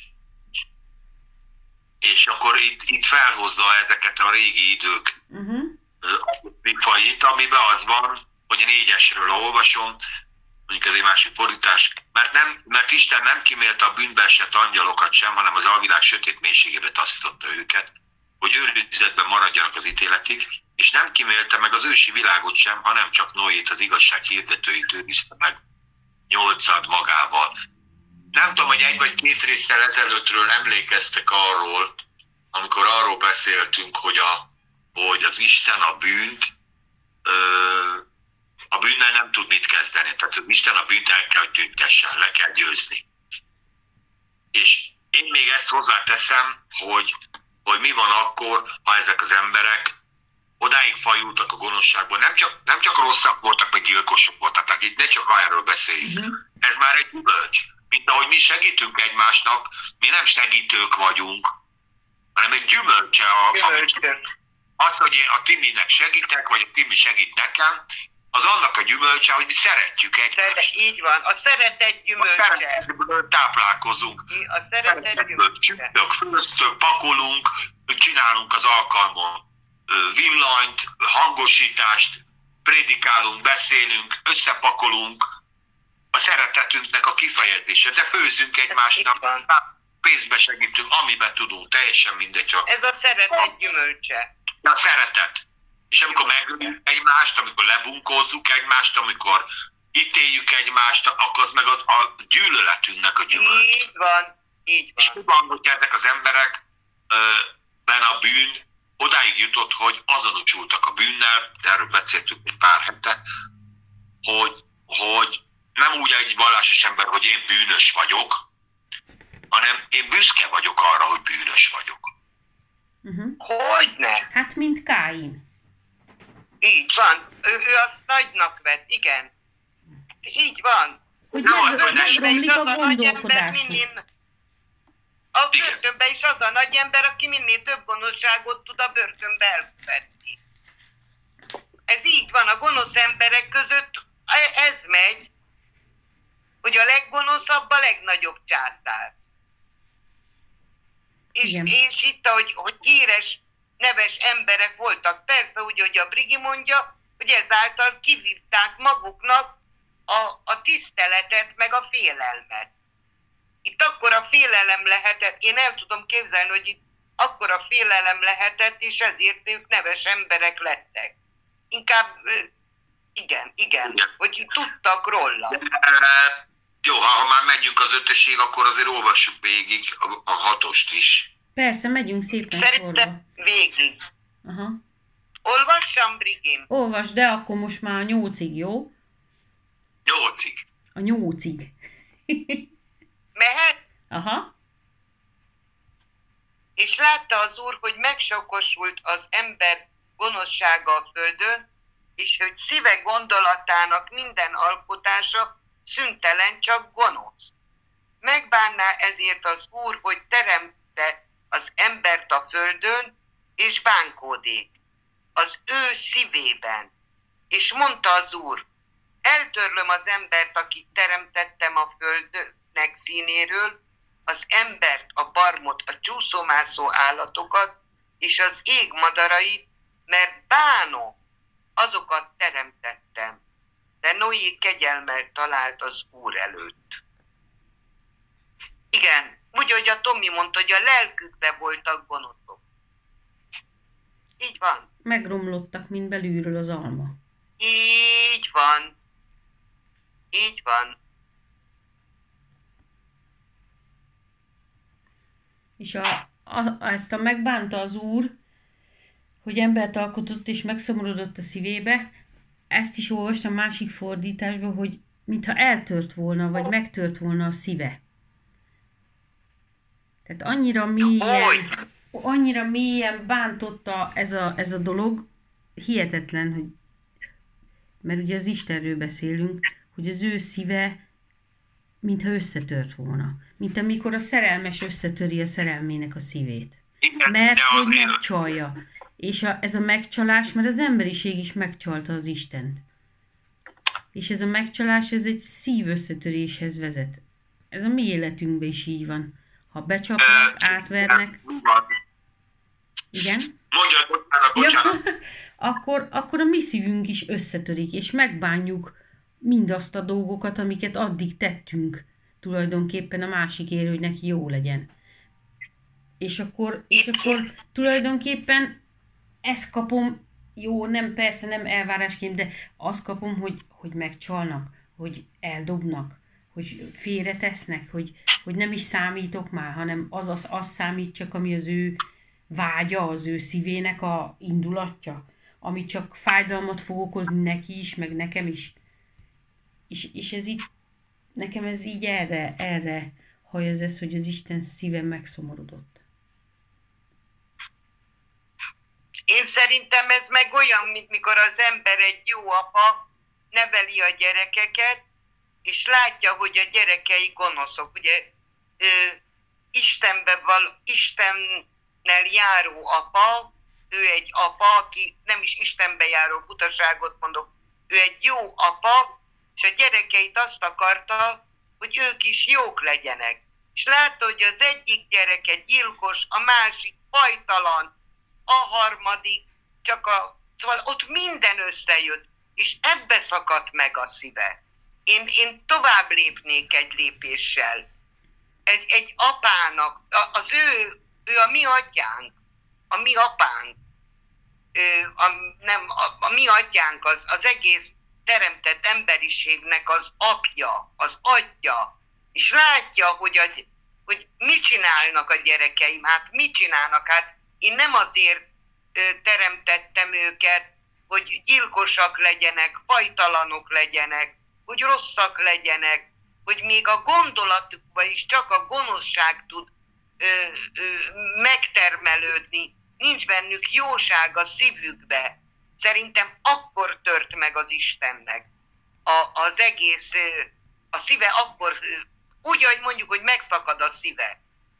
és akkor itt, itt felhozza ezeket a régi idők mm-hmm. fajit, amiben az van, hogy a négyesről olvasom, mondjuk ez egy másik fordítás, mert, nem, mert Isten nem kímélte a bűnbe esett angyalokat sem, hanem az alvilág sötét mélységébe taszította őket, hogy őrizetben maradjanak az ítéletig, és nem kímélte meg az ősi világot sem, hanem csak Noét, az igazság hirdetőit őrizte meg nyolcad magával. Nem tudom, hogy egy vagy két résszel ezelőttről emlékeztek arról, amikor arról beszéltünk, hogy, a, hogy az Isten a bűnt, ö, a bűnnel nem tud mit kezdeni. Tehát az Isten a bűnt el kell, hogy tüntessen, le kell győzni. És én még ezt hozzáteszem, hogy hogy mi van akkor, ha ezek az emberek odáig fajultak a gonoszságból. Nem csak, nem csak rosszak voltak, meg gyilkosok voltak, tehát itt ne csak erről beszéljünk. Uh-huh. Ez már egy gyümölcs. Mint ahogy mi segítünk egymásnak, mi nem segítők vagyunk, hanem egy gyümölcse. A, a, az, hogy én a Timinek segítek, vagy a Timi segít nekem, az annak a gyümölcse, hogy mi szeretjük egymást. Így van, a szeretet gyümölcse. A szeretetből táplálkozunk. A szeretet gyümölcse. Főztök, pakolunk, csinálunk az alkalmon villanyt, hangosítást, prédikálunk, beszélünk, összepakolunk. A szeretetünknek a kifejezése, de főzünk egymásnak, pénzbe segítünk, amiben tudunk, teljesen mindegy. Ez a szeretet gyümölcse. A szeretet. És amikor megöljük egymást, amikor lebunkózzuk egymást, amikor ítéljük egymást, akkor az meg a, a gyűlöletünknek a gyümölcs. Így van, így van. És mi van, hogy ezek az emberek ben a bűn odáig jutott, hogy azonosultak a bűnnel, de erről beszéltünk egy pár hete, hogy, hogy nem úgy egy vallásos ember, hogy én bűnös vagyok, hanem én büszke vagyok arra, hogy bűnös vagyok. Uh-huh. Hogyne? Hát, mint Káin. Így van. Ő, ő azt nagynak vett, igen. Így van. Hogy nem, az, hogy megromlik a gondolkodásuk. A börtönben is az a nagy ember, aki minél több gonoszságot tud a börtönbe elkövetni. Ez így van, a gonosz emberek között ez megy, hogy a leggonoszabb a legnagyobb császár. És, és itt, hogy, hogy híres, neves emberek voltak, persze úgy, hogy a Brigi mondja, hogy ezáltal kivívták maguknak a, a tiszteletet, meg a félelmet. Itt akkora félelem lehetett, én el tudom képzelni, hogy itt akkora félelem lehetett, és ezért ők neves emberek lettek. Inkább, igen, igen, hogy tudtak róla. Jó, ha, ha már megyünk az ötösig, akkor azért olvassuk végig a, a hatost is. Persze, megyünk szépen Szerintem sorba. Végig. Aha. Olvassam, Brigim? Olvasd, de akkor most már a nyolcig, jó? Nyolcig. A nyolcig. Mehet? Aha. És látta az Úr, hogy megsokosult az ember gonoszsága a földön, és hogy szíve gondolatának minden alkotása szüntelen, csak gonosz. Megbánná ezért az Úr, hogy teremte az embert a földön, és bánkódik az ő szívében. És mondta az Úr, eltörlöm az embert, akit teremtettem a földnek színéről, az embert, a barmot, a csúszómászó állatokat, és az ég madarait, mert bánom, azokat teremtettem. De Noé kegyelmel talált az Úr előtt. Igen, úgy, hogy a Tomi mondta, hogy a lelkükbe voltak gonoszok. Így van. Megromlottak, mint belülről az alma. Így van. Így van. És a, a, ezt a megbánta az Úr, hogy embert alkotott és megszomorodott a szívébe, ezt is olvastam a másik fordításban, hogy mintha eltört volna, vagy megtört volna a szíve. Tehát annyira mélyen, annyira mélyen bántotta ez a, ez a dolog, hihetetlen, hogy, mert ugye az Istenről beszélünk, hogy az ő szíve mintha összetört volna. Mint amikor a szerelmes összetöri a szerelmének a szívét. Mert hogy megcsalja. És a, ez a megcsalás, mert az emberiség is megcsalta az Istent. És ez a megcsalás, ez egy szívösszetöréshez vezet. Ez a mi életünkben is így van. Ha becsapnak, átvernek. Igen? Mondjad, bocsánat, bocsánat. Ja, akkor, akkor a mi szívünk is összetörik, és megbánjuk mindazt a dolgokat, amiket addig tettünk tulajdonképpen a másikért, hogy neki jó legyen. És akkor, és akkor tulajdonképpen ezt kapom, jó, nem, persze nem elvárásként, de azt kapom, hogy, hogy megcsalnak, hogy eldobnak, hogy félretesznek, hogy, hogy nem is számítok már, hanem az, az, az számít csak, ami az ő vágya, az ő szívének a indulatja, ami csak fájdalmat fog okozni neki is, meg nekem is. És, és ez így, nekem ez így erre, erre hajaz ez, hogy az Isten szíve megszomorodott. Én szerintem ez meg olyan, mint mikor az ember egy jó apa neveli a gyerekeket, és látja, hogy a gyerekei gonoszok. Ugye ö, Istenbe val, Istennel járó apa, ő egy apa, aki nem is Istenbe járó butaságot mondok, ő egy jó apa, és a gyerekeit azt akarta, hogy ők is jók legyenek. És látta, hogy az egyik gyereke gyilkos, a másik fajtalan, a harmadik, csak a... Szóval ott minden összejött, és ebbe szakadt meg a szíve. Én, én tovább lépnék egy lépéssel. Ez egy apának, az ő, ő a mi atyánk, a mi apánk, a, nem, a, a mi atyánk az, az egész teremtett emberiségnek az apja, az atya, és látja, hogy, a, hogy mit csinálnak a gyerekeim, hát mit csinálnak, hát én nem azért ö, teremtettem őket, hogy gyilkosak legyenek, fajtalanok legyenek, hogy rosszak legyenek, hogy még a gondolatukban is csak a gonoszság tud ö, ö, megtermelődni, nincs bennük jóság a szívükbe. Szerintem akkor tört meg az Istennek a, az egész, a szíve akkor, úgy, ahogy mondjuk, hogy megszakad a szíve.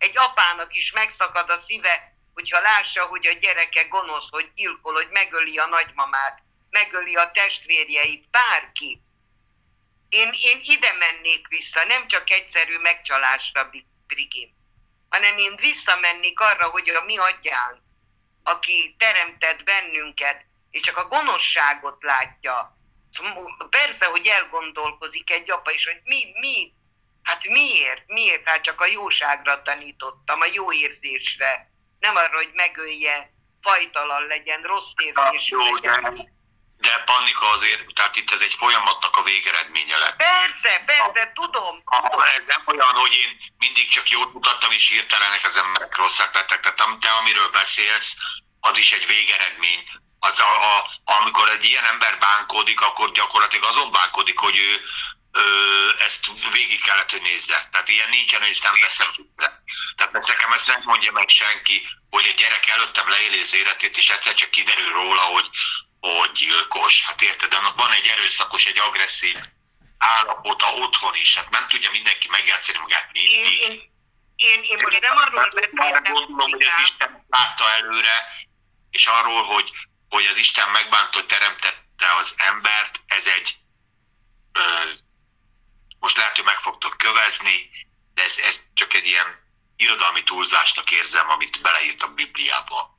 egy apának is megszakad a szíve, hogyha lássa, hogy a gyereke gonosz, hogy gyilkol, hogy megöli a nagymamát, megöli a testvérjeit, bárkit. Én, én ide mennék vissza, nem csak egyszerű megcsalásra, Brigin, hanem én visszamennék arra, hogy a mi atyánk, aki teremtett bennünket, és csak a gonoszságot látja. Persze, hogy elgondolkozik egy apa is, hogy mi, mi, hát miért, miért? Hát csak a jóságra tanítottam, a jó érzésre. Nem arra, hogy megölje, fajtalan legyen, rossz érzésű legyen. De Pannika azért, tehát itt ez egy folyamatnak a végeredménye lett. Persze, persze, tudom. tudom. Ez nem olyan, hogy én mindig csak jót mutattam, és hirtelenek az emberek rosszak lettek. Tehát te, amiről beszélsz, az is egy végeredmény. Az a, a, amikor egy ilyen ember bánkodik, akkor gyakorlatilag azon bánkodik, hogy ő ö, ezt végig kellett, hogy nézze. Tehát ilyen nincsen, hogy ezt nem veszem vissza. Tehát ezt nekem ezt nem mondja meg senki, hogy egy gyerek előttem leéli az életét, és egyszer csak kiderül róla, hogy hogy gyilkos. Hát érted, annak van egy erőszakos, egy agresszív állapota otthon is. Hát nem tudja mindenki megjátszani magát mindig. Én, én, én, én most nem arról beszéltem. Gondolom, hogy az Isten látta előre, és arról, hogy, hogy az Isten megbántott, teremtette az embert, ez egy ö, most lehet, hogy meg fogtok kövezni, de ez, ez csak egy ilyen irodalmi túlzásnak érzem, amit beleírt a Bibliába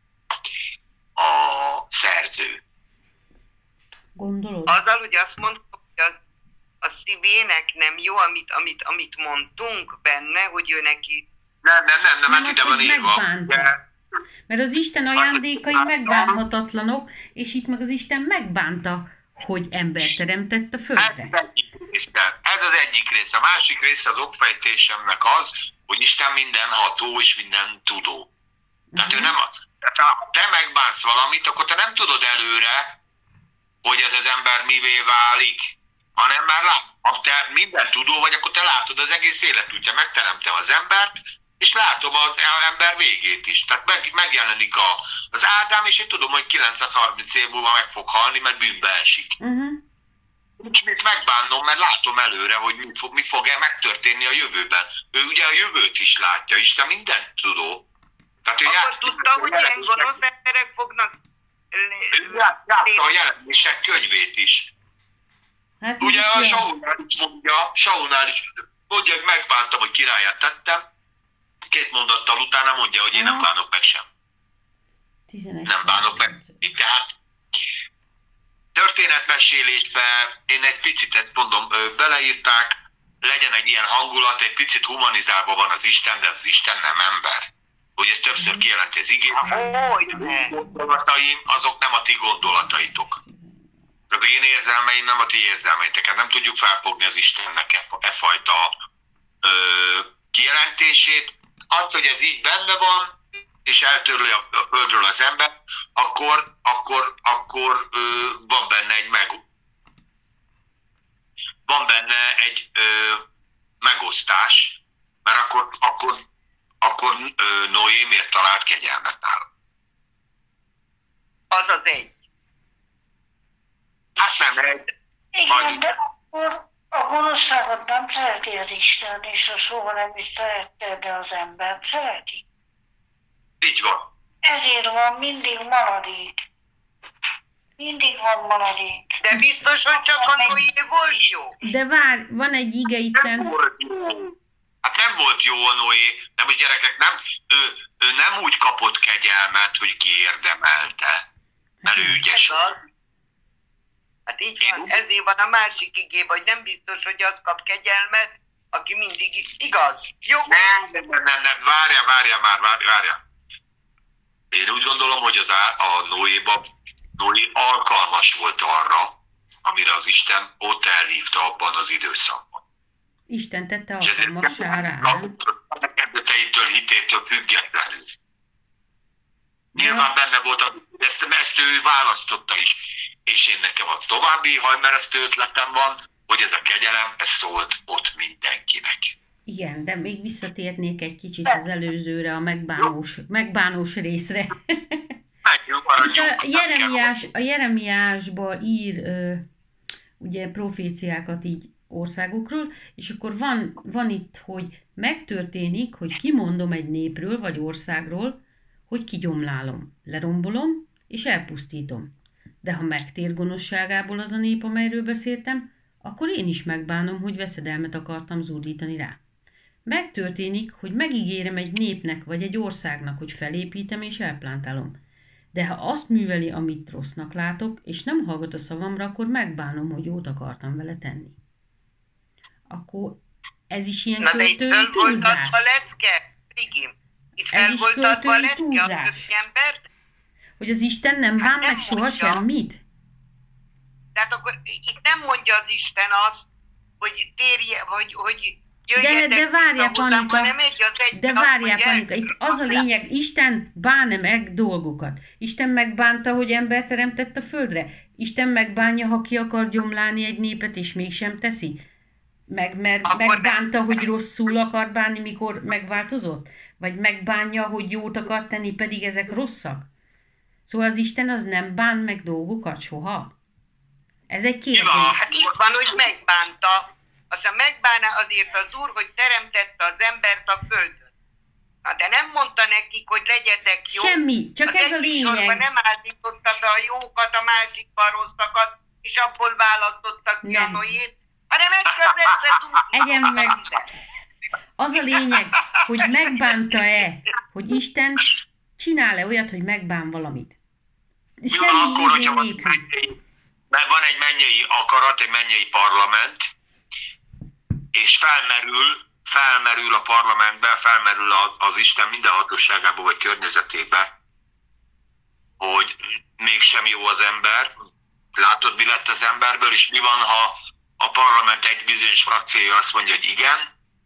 a szerző. Gondolod? Azzal, hogy azt mondtam, hogy az, a szívének nem jó, amit, amit, amit mondtunk benne, hogy ő neki... Nem, nem, nem, nem, nem hát az, ide van hogy írva. megbánta. Mert az Isten ajándékai megbánhatatlanok, és itt meg az Isten megbánta, hogy ember teremtett a földre. Ez az egyik része. Ez az egyik része. A másik része az okfejtésemnek az, hogy Isten mindenható és minden tudó. Tehát uh-huh. ő nem... Ha te megbánsz valamit, akkor te nem tudod előre, hogy ez az ember mivé válik, hanem már lát, ha te minden tudó vagy, akkor te látod az egész életútja. Megteremtem az embert, és látom az ember végét is. Tehát meg, megjelenik a, az Ádám, és én tudom, hogy kilencszázharminc év múlva meg fog halni, mert bűnbe esik. Uh-huh. Nincs mit megbánnom, mert látom előre, hogy mi fog, mi fog megtörténni a jövőben. Ő ugye a jövőt is látja, Isten mindent tudó. Tehát ő akkor ját, tudta, hogy ilyen gonosz emberek fognak... Látta a jelenések könyvét is. Hát, ugye a Saulnál is mondja, Saulnál is mondja, hogy megbántam, hogy királyát tettem. Két mondattal utána mondja, hogy én nem bánok meg sem. Nem bánok meg. Tehát történetmesélésbe én egy picit ezt mondom, beleírták, legyen egy ilyen hangulat, egy picit humanizálva van az Isten, de az Isten nem ember. Hogy ez többször kijelenti az igét. A gondolataim, azok nem a ti gondolataitok. Az én érzelmeim nem a ti érzelmeitek. Hát nem tudjuk felfogni az Istennek e, e fajta ö, kijelentését. Az, hogy ez így benne van, és eltörli a, a földről az ember, akkor, akkor, akkor ö, van benne egy meg, van benne egy ö, megosztás, mert akkor, akkor akkor ö, Noé miért talált kegyelmet nála? Az az egy. Hát nem egy. Igen, de akkor a gonoszságot nem szereti az Isten, és a soha nem is szerette, de az embert szereti. Így van. Ezért van mindig maradék. Mindig van maradék. De biztos, hogy csak a Noé volt jó. De várj, van egy ige itten. Hát nem volt jó a Noé, nem, hogy gyerekek, nem, ő, ő nem úgy kapott kegyelmet, hogy kiérdemelte, mert ő ügyes. Hát így van, ezért van a másik igében, hogy nem biztos, hogy az kap kegyelmet, aki mindig igaz. Jó? Nem, nem, nem, nem, várja, várja már, várja, várja. Én úgy gondolom, hogy az á, a Noéba, Noé alkalmas volt arra, amire az Isten ott elhívta abban az időszakban. Isten tette alkalmassá rá. A kezdeteitől, hitétől függetlenül. Nyilván benne volt, ezt, ezt ő választotta is. És én nekem a további hajmeresztő ötletem van, hogy ez a kegyelem, ez szólt ott mindenkinek. Igen, de még visszatérnék egy kicsit az előzőre, a megbánós, megbánós részre. Itt a, Jeremiás, a Jeremiásba ír ö, ugye proféciákat így országokról, és akkor van, van itt, hogy megtörténik, hogy kimondom egy népről vagy országról, hogy kigyomlálom, lerombolom és elpusztítom. De ha megtér gonoszságából az a nép, amelyről beszéltem, akkor én is megbánom, hogy veszedelmet akartam zúdítani rá. Megtörténik, hogy megígérem egy népnek vagy egy országnak, hogy felépítem és elplántálom. De ha azt műveli, amit rossznak látok, és nem hallgat a szavamra, akkor megbánom, hogy jót akartam vele tenni. Akkor ez is ilyen Na de itt költői föl volt túlzás. adva lecke, Rigi. Itt Ez fel is volt adva költői lecke a túlzás. ember. Hogy az Isten nem Hát bán nem meg soha mondja. semmit? Tehát akkor itt nem mondja az Isten azt, hogy térje, vagy hogy De, jöjjetek de várjál, vissza hozzám, Panika, hanem egy az egy de az, várjál, hogy Panika, itt az a elküldök. lényeg, Isten bán meg dolgokat. Isten megbánta, hogy ember teremtett a földre. Isten megbánja, ha ki akar gyomlálni egy népet, és mégsem teszi. Meg, mert Akkor megbánta, hogy rosszul akar bánni, mikor megváltozott? Vagy megbánja, hogy jót akar tenni, pedig ezek rosszak? Szóval az Isten az nem bán meg dolgokat soha? Ez egy kérdés. Hát itt van, hogy megbánta. Aztán megbánta azért az Úr, hogy teremtette az embert a földön. Na de nem mondta nekik, hogy legyetek jók. Semmi, csak Az ez a egyik lényeg. sorban nem állította be a jókat, a másikban rosszakat, és abból választottak ki a Nem. Noét, hanem elkezdette tudni. Egyen meg. Az a lényeg, hogy megbánta-e, hogy Isten csinál-e olyat, hogy megbán valamit. Mi van Semmi akkor, hogyha izé van, nélkül. mennyei- mert van egy mennyei akarat, egy mennyei parlament, és felmerül, felmerül a parlamentben, felmerül a- az Isten minden hatóságába vagy környezetébe, hogy mégsem jó az ember, látod, mi lett az emberből, és mi van, ha a parlament egy bizonyos frakciója azt mondja, hogy igen,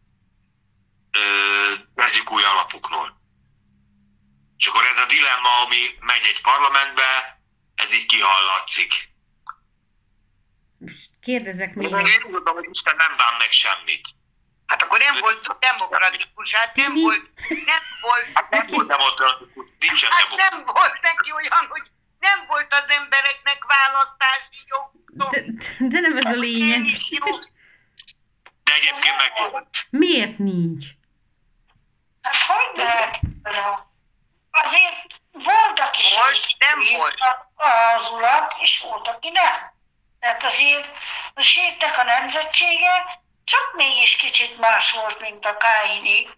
ö, kezdjük új alapokról. És akkor ez a dilemma, ami megy egy parlamentbe, ez így kihallatszik. Most kérdezek még. Én úgy gondolom, hogy Isten nem bán meg semmit. Hát akkor nem volt demokratikus, hát nem Tibi? volt, nem volt, Hát nem volt demokratikus, nincsen hát demokratikus. nem volt neki olyan, hogy nem volt az embereknek választási jog. De, de nem ez a lényeg. Nem is jó. De egyébként meg Miért nincs? Hát hogy lehet? Azért volt, aki Volt, nem volt. az urat, és volt, aki nem. Tehát azért a sétnek a nemzetsége csak mégis kicsit más volt, mint a Káini.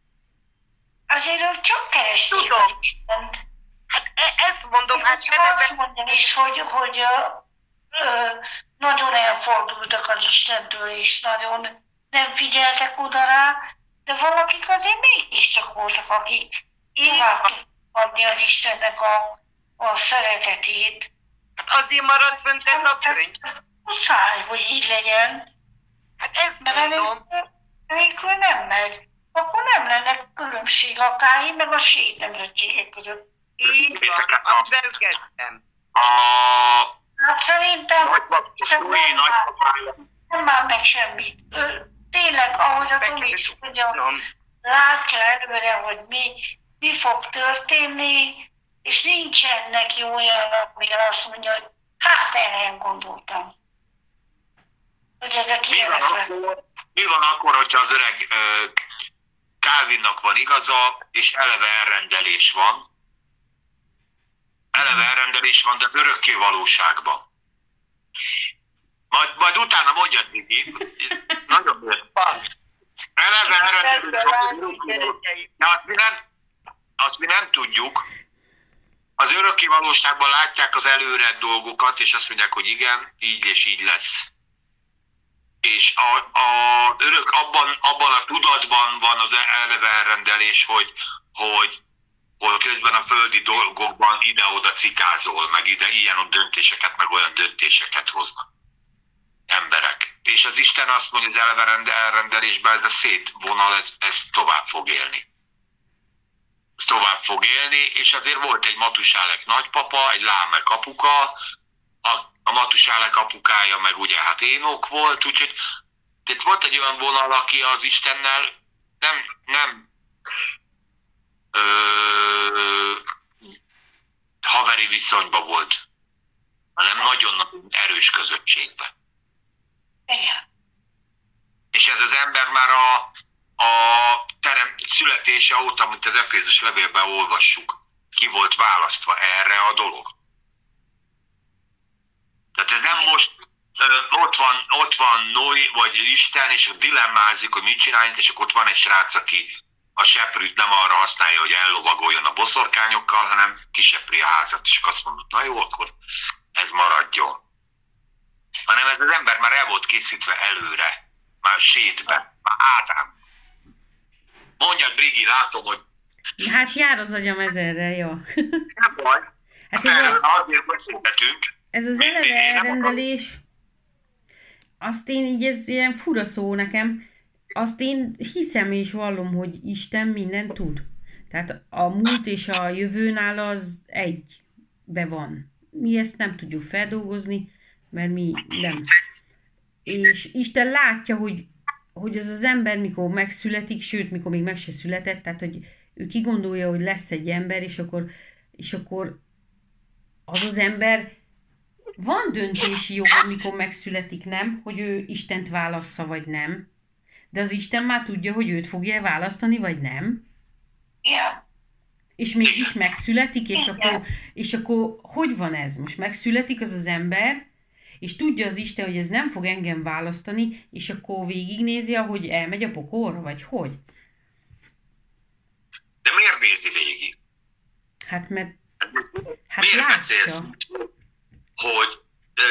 Azért ők csak keresték Tudom. az Istent. Hát e- ezt mondom, hát Hát azt eleve, mondjam is, hogy, hogy ö, ö, nagyon elfordultak az Istentől, és nagyon nem figyeltek oda rá, de valakik azért mégiscsak voltak, akik tovább tudtak adni az Istennek a, a szeretetét. hát azért maradt fönt ez a könyv. Muszáj, hogy így legyen, Hát ezt mert mondom. nélkül nem megy. Akkor nem lenne különbség a Káin meg a sét nemzetségek között. Így van, amivel kezdtem. a Hát szerintem nagypapája, nagypapája, nem már meg semmit. Ö, Tényleg, ahogy a Tomi is mondja, Tudom. látja előre, hogy mi, mi fog történni, és nincsen neki olyan, amire azt mondja, hogy hát erre nem gondoltam. Hogy ezek mi van, ilyenek. akkor, mi van akkor, hogyha az öreg ö, Calvinnak van igaza, és eleve elrendelés van, eleve elrendelés van, de az örökké valóságban. Majd, majd utána mondjad, Miki, nagyon bőr. Passz. Eleve elrendelés van, az Ezzel örökké látni, valóságban. gyerekeim. De azt mi nem, azt mi nem tudjuk. Az örökké valóságban látják az előre dolgokat, és azt mondják, hogy igen, így és így lesz. És a, a örök abban, abban a tudatban van az eleve elrendelés, hogy, hogy, hogy közben a földi dolgokban ide-oda cikázol, meg ide ilyen döntéseket, meg olyan döntéseket hoznak emberek. És az Isten azt mondja, hogy az eleve elrendelésben ez a szétvonal, ez, ez tovább fog élni. Ez tovább fog élni, és azért volt egy Matusálek nagypapa, egy Lámek apuka, a, a Matusálek apukája meg ugye hát Énok volt, úgyhogy tehát volt egy olyan vonal, aki az Istennel nem, nem ö, haveri viszonyban volt, hanem nagyon erős közösségben. Igen. És ez az ember már a, a terem születése óta, mint az Efézus levélben olvassuk, ki volt választva erre a dolog. Tehát ez nem most ö, ott van, ott van Noé vagy Isten, és dilemmázik, hogy mit csináljunk, és akkor ott van egy srác, aki a seprűt nem arra használja, hogy ellovagoljon a boszorkányokkal, hanem kisepri a házat, és azt mondod, na jó, akkor ez maradjon. Hanem ez az ember már el volt készítve előre, már sétbe, már Ádám. Mondjad, Brigi, látom, hogy... Hát jár az agyam ezerre, jó. Nem baj, Hát hát ez, a, azért beszélgetünk. ez az Még- még én eleve nem elrendelés, azt én így, ez ilyen fura szó nekem, azt én hiszem és vallom, hogy Isten mindent tud. Tehát a múlt és a jövő nála az egybe van. Mi ezt nem tudjuk feldolgozni, mert mi nem. És Isten látja, hogy, hogy az az ember mikor megszületik, sőt, mikor még meg se született, tehát hogy ő kigondolja, hogy lesz egy ember, és akkor, és akkor az az ember van döntési joga, mikor megszületik, nem? Hogy ő Istent válassza, vagy nem. De az Isten már tudja, hogy őt fogja választani, vagy nem. Ja. És mégis megszületik, és akkor, és akkor hogy van ez? Most megszületik az az ember, és tudja az Isten, hogy ez nem fog engem választani, és akkor végignézi, hogy elmegy a pokolra, vagy hogy? De miért nézi végig? Hát mert hát miért látja. beszélsz, hogy ö,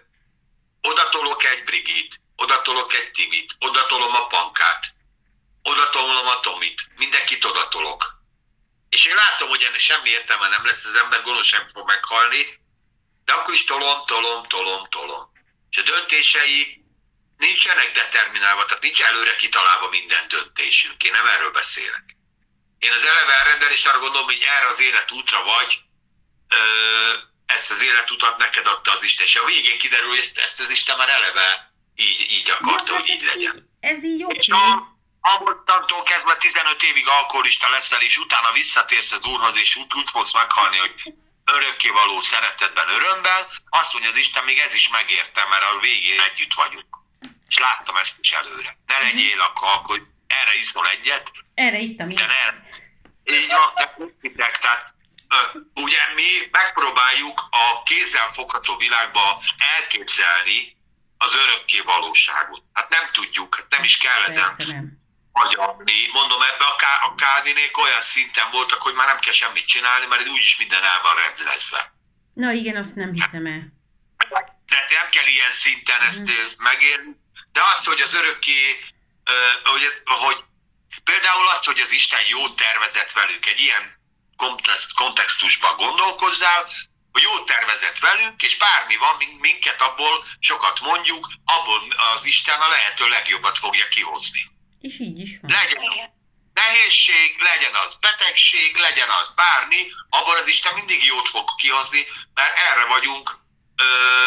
odatolok egy Brigit, odatolok egy Timit, odatolom a Pankát, odatolom a Tomit, mindenkit odatolok. És én látom, hogy ennek semmi értelme nem lesz, az ember gonoszság fog meghalni, de akkor is tolom, tolom, tolom, tolom. És a döntései nincsenek determinálva, tehát nincs előre kitalálva minden döntésünk. Én nem erről beszélek. Én az eleve elrendelést arra gondolom, hogy erre az életútra vagy, ö, ezt az életutat neked adta az Isten. És a végén kiderül, hogy ezt, ezt az Isten már eleve így, így akarta, Ja, hogy hát így ez legyen. így, ez így oké. És a, abbottantól kezdve tizenöt évig alkoholista leszel, és utána visszatérsz az Úrhoz, és úgy, úgy fogsz meghalni, hogy örökkévaló szeretetben, örömben, azt mondja az Isten, még ez is megérte, mert a végén együtt vagyunk. És láttam ezt is előre. Ne legyél akkor, akkor erre iszol egyet, Erre ittam de én. ne. Így van, de hittek, tehát ö, ugye mi megpróbáljuk a kézzel fogható világba elképzelni az örökké valóságot. Hát nem tudjuk, hát nem is kell ezen Persze nem. agyalni. Mondom, ebbe a, Ká- a Kálvinék olyan szinten voltak, hogy már nem kell semmit csinálni, mert úgyis minden el van rendezve. Na igen, azt nem hiszem el. Tehát nem kell ilyen szinten ezt Mhm. megérni, de az, hogy az örökké, ö, hogy, ez, hogy például az, hogy az Isten jót tervezett velünk, egy ilyen kontext, kontextusban gondolkozzál, hogy jót tervezett velünk, és bármi van, min- minket abból sokat mondjuk, abból az Isten a lehető legjobbat fogja kihozni. És így is van. Legyen Igen. nehézség, legyen az betegség, legyen az bármi, abból az Isten mindig jót fog kihozni, mert erre vagyunk ö,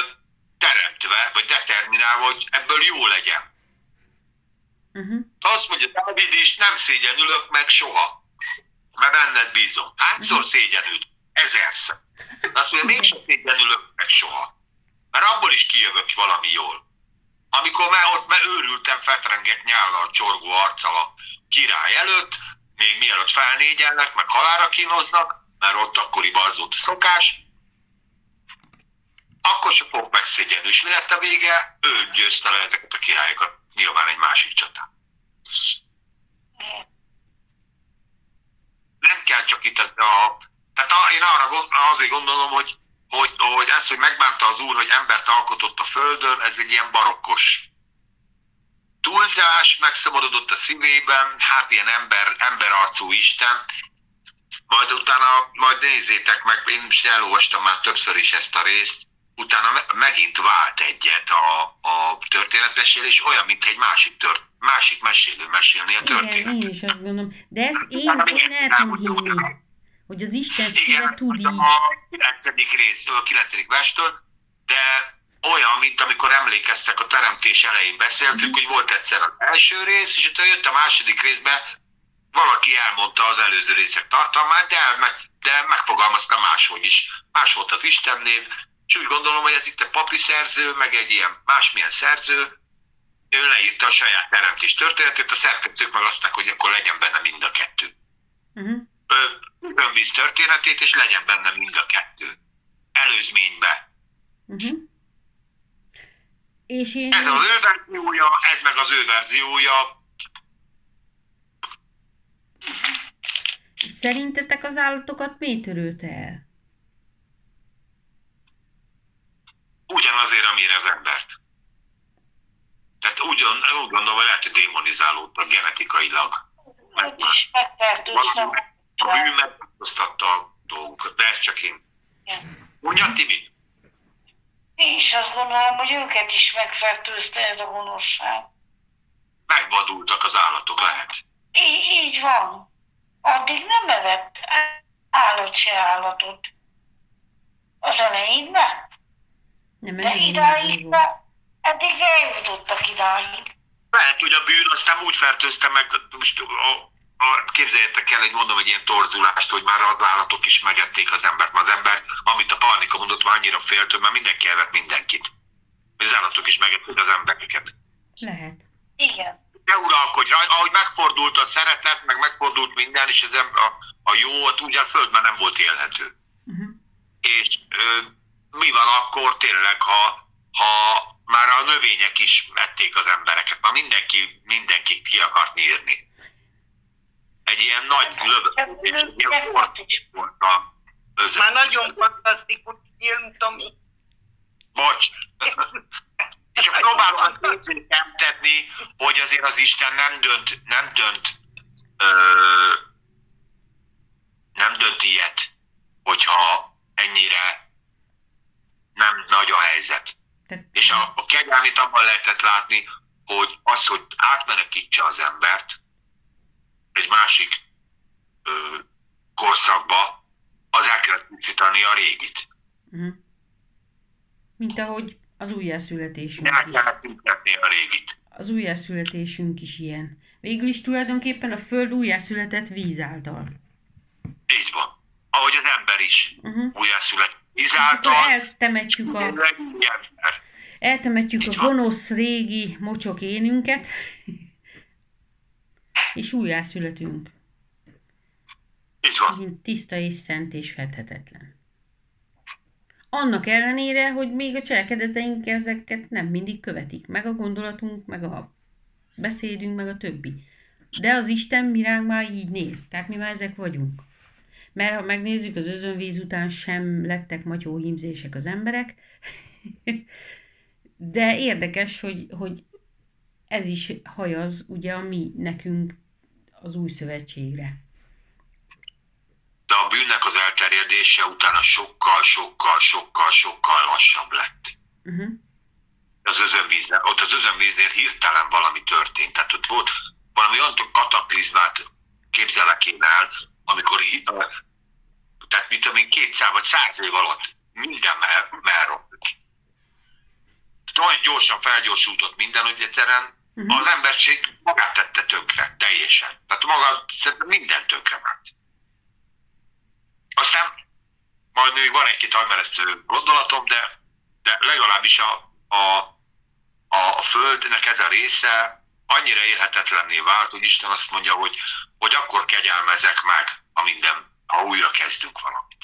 teremtve, vagy determinálva, hogy ebből jó legyen. Uh-huh. Azt mondja Dávid is, nem szégyenülök meg soha, mert benned bízom. Hányszor szégyenült? Ezerszer. Azt mondja, mégsem szégyenülök meg soha, mert abból is kijövök valami jól. Amikor már ott már őrültem, fetrengett nyállal, csorgó arccal a király előtt, még mielőtt felnégyelnek, meg halálra kínoznak, mert ott akkoriban az volt a szokás, akkor se fog megszégyenni. És mi lett a vége? Ő győzte le ezeket a királyokat, nyilván egy másik csatán. Nem kell csak itt ez a... Tehát a, én arra gond, azért gondolom, hogy, hogy, hogy ez, hogy megbánta az Úr, hogy embert alkotott a földön, ez egy ilyen barokkos túlzás, megszomorodott a szívében, hát ilyen ember, emberarcú Isten. Majd utána, majd nézzétek meg, én most elolvastam már többször is ezt a részt, utána me- megint vált egyet a, a történetmesélés, olyan, mint egy másik, tört, másik mesélő mesélni a Igen, történetet. én is azt gondolom. De ezt én, én el tudom hinni, hogy az Isten szíve Igen, tud így. a kilencedik rész, a kilencedik verstől, de olyan, mint amikor emlékeztek, a teremtés elején beszéltük, hogy volt egyszer az első rész, és utána jött a második részben, valaki elmondta az előző részek tartalmát, de, el, meg, de megfogalmazta máshogy is. Más volt az Istennév, és úgy gondolom, hogy ez itt a papi szerző, meg egy ilyen másmilyen szerző, ő leírta a saját teremtés történetét, a szerkesztők meg aztán, hogy akkor legyen benne mind a kettő. Uh-huh. Özönvíz történetét, és legyen benne mind a kettő. Előzménybe. Uh-huh. És én... Ez az ő verziója, ez meg az ő verziója. Szerintetek az állatokat miért törölte el? Ugyanazért, amire az embert. Tehát úgy, úgy gondolom, hogy lehet, hogy démonizálódtak genetikailag. Ott is megfertőztem. A bűn megváltoztatta a dolgokat, de ez csak én. Mondja, Tibi? Én is azt gondolom, hogy őket is megfertőzte ez a gonoszság. Megvadultak az állatok, lehet. Így, így van. Addig nem evett állat se állatot. Az elején nem. Nem, de idáig, eddig eljutottak idáig. Lehet, hogy a bűn aztán úgy fertőzte meg, most a, a, képzeljétek el, egy mondom egy ilyen torzulást, hogy már az állatok is megették az embert. Mert az ember, amit a Parnika mondott, már annyira féltő, mert mindenki evett mindenkit. Az állatok is megették az embereket. Lehet. Igen. Ne uralkodj rajta, ahogy megfordult a szeretet, meg megfordult minden, és az ember, a, a jó, ugye a föld már nem volt élhető. Uh-huh. És ö, mi van akkor tényleg, ha, ha már a növények is ették az embereket, már mindenki, mindenki ki akart nyírni. Egy ilyen nagy lövöldés, egy ilyen fortis volt a özönvíz. Már nagyon fantasztikus film, Tomi. Bocs. Csak próbálom érzékeltetni, hogy azért az Isten nem dönt, nem dönt, ö, nem dönt ilyet, hogyha ennyire nem nagy a helyzet. És a, a kegyelmét abban lehetett látni, hogy az, hogy átmenekítse az embert egy másik ö, korszakba, az el kellett pusztítani a régit. Uh-huh. Mint ahogy az újjászületésünk el is. kellett pusztítani a régit. Az újjászületésünk is ilyen. Végül is tulajdonképpen a Föld újjászületett víz által. Így van. Ahogy az ember is uh-huh. újjászületett víz által. És akkor eltemetjük a, eltemetjük a gonosz régi mocsok énünket, és újjászületünk. Így van. Tiszta és szent és fedhetetlen. Annak ellenére, hogy még a cselekedeteink ezeket nem mindig követik. Meg a gondolatunk, meg a beszédünk, meg a többi. De az Isten mi ránk már így néz. Tehát mi már ezek vagyunk. Mert ha megnézzük, az özönvíz után sem lettek matyóhímzések az emberek. De érdekes, hogy, hogy ez is hajaz ugye a mi nekünk az új szövetségre. De a bűnnek az elterjedése utána sokkal, sokkal, sokkal, sokkal lassabb lett. Uh-huh. Az özönvíznél, ott az özönvíznél hirtelen valami történt. Tehát ott volt valami olyan kataklizmát képzelek én el, amikor tehát mit tudom én, kétszáz vagy száz év alatt minden elromlik. Tehát olyan gyorsan felgyorsult minden, hogy egyszerűen uh-huh. az emberiség magát tette tönkre, teljesen. Tehát maga minden tönkre ment. Aztán majd még van egy-két agymeresztő gondolatom, de, de legalábbis a, a, a Földnek ez a része annyira élhetetlenné vált, hogy Isten azt mondja, hogy, hogy akkor kegyelmezek meg, ha minden, ha újra kezdünk valamit.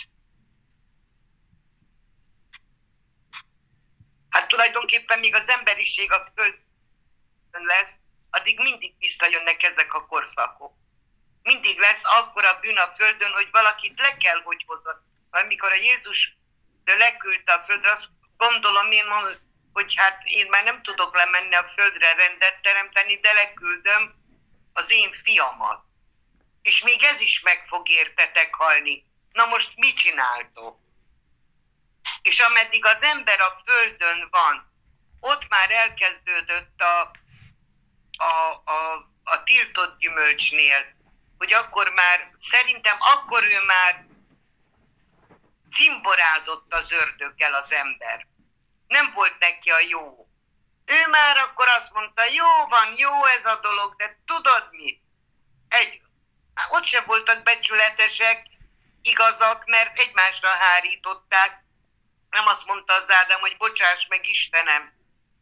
Hát tulajdonképpen még az emberiség a Földön lesz, addig mindig visszajönnek ezek a korszakok. Mindig lesz akkora bűn a Földön, hogy valakit le kell, hogy hozzon. Amikor a Jézus leküldte a Földre, azt gondolom én, hogy hát én már nem tudok lemenni a Földre rendet teremteni, de leküldöm az én fiamat. És még ez is meg fog értetek halni. Na most mit csináltok? És ameddig az ember a Földön van, ott már elkezdődött a, a, a, a tiltott gyümölcsnél, hogy akkor már, szerintem akkor ő már cimborázott az ördöggel az ember. Nem volt neki a jó. Ő már akkor azt mondta, jó van, jó ez a dolog, de tudod mit? Egy, ott sem voltak becsületesek, igazak, mert egymásra hárították. Nem azt mondta az Ádám, hogy bocsáss meg Istenem,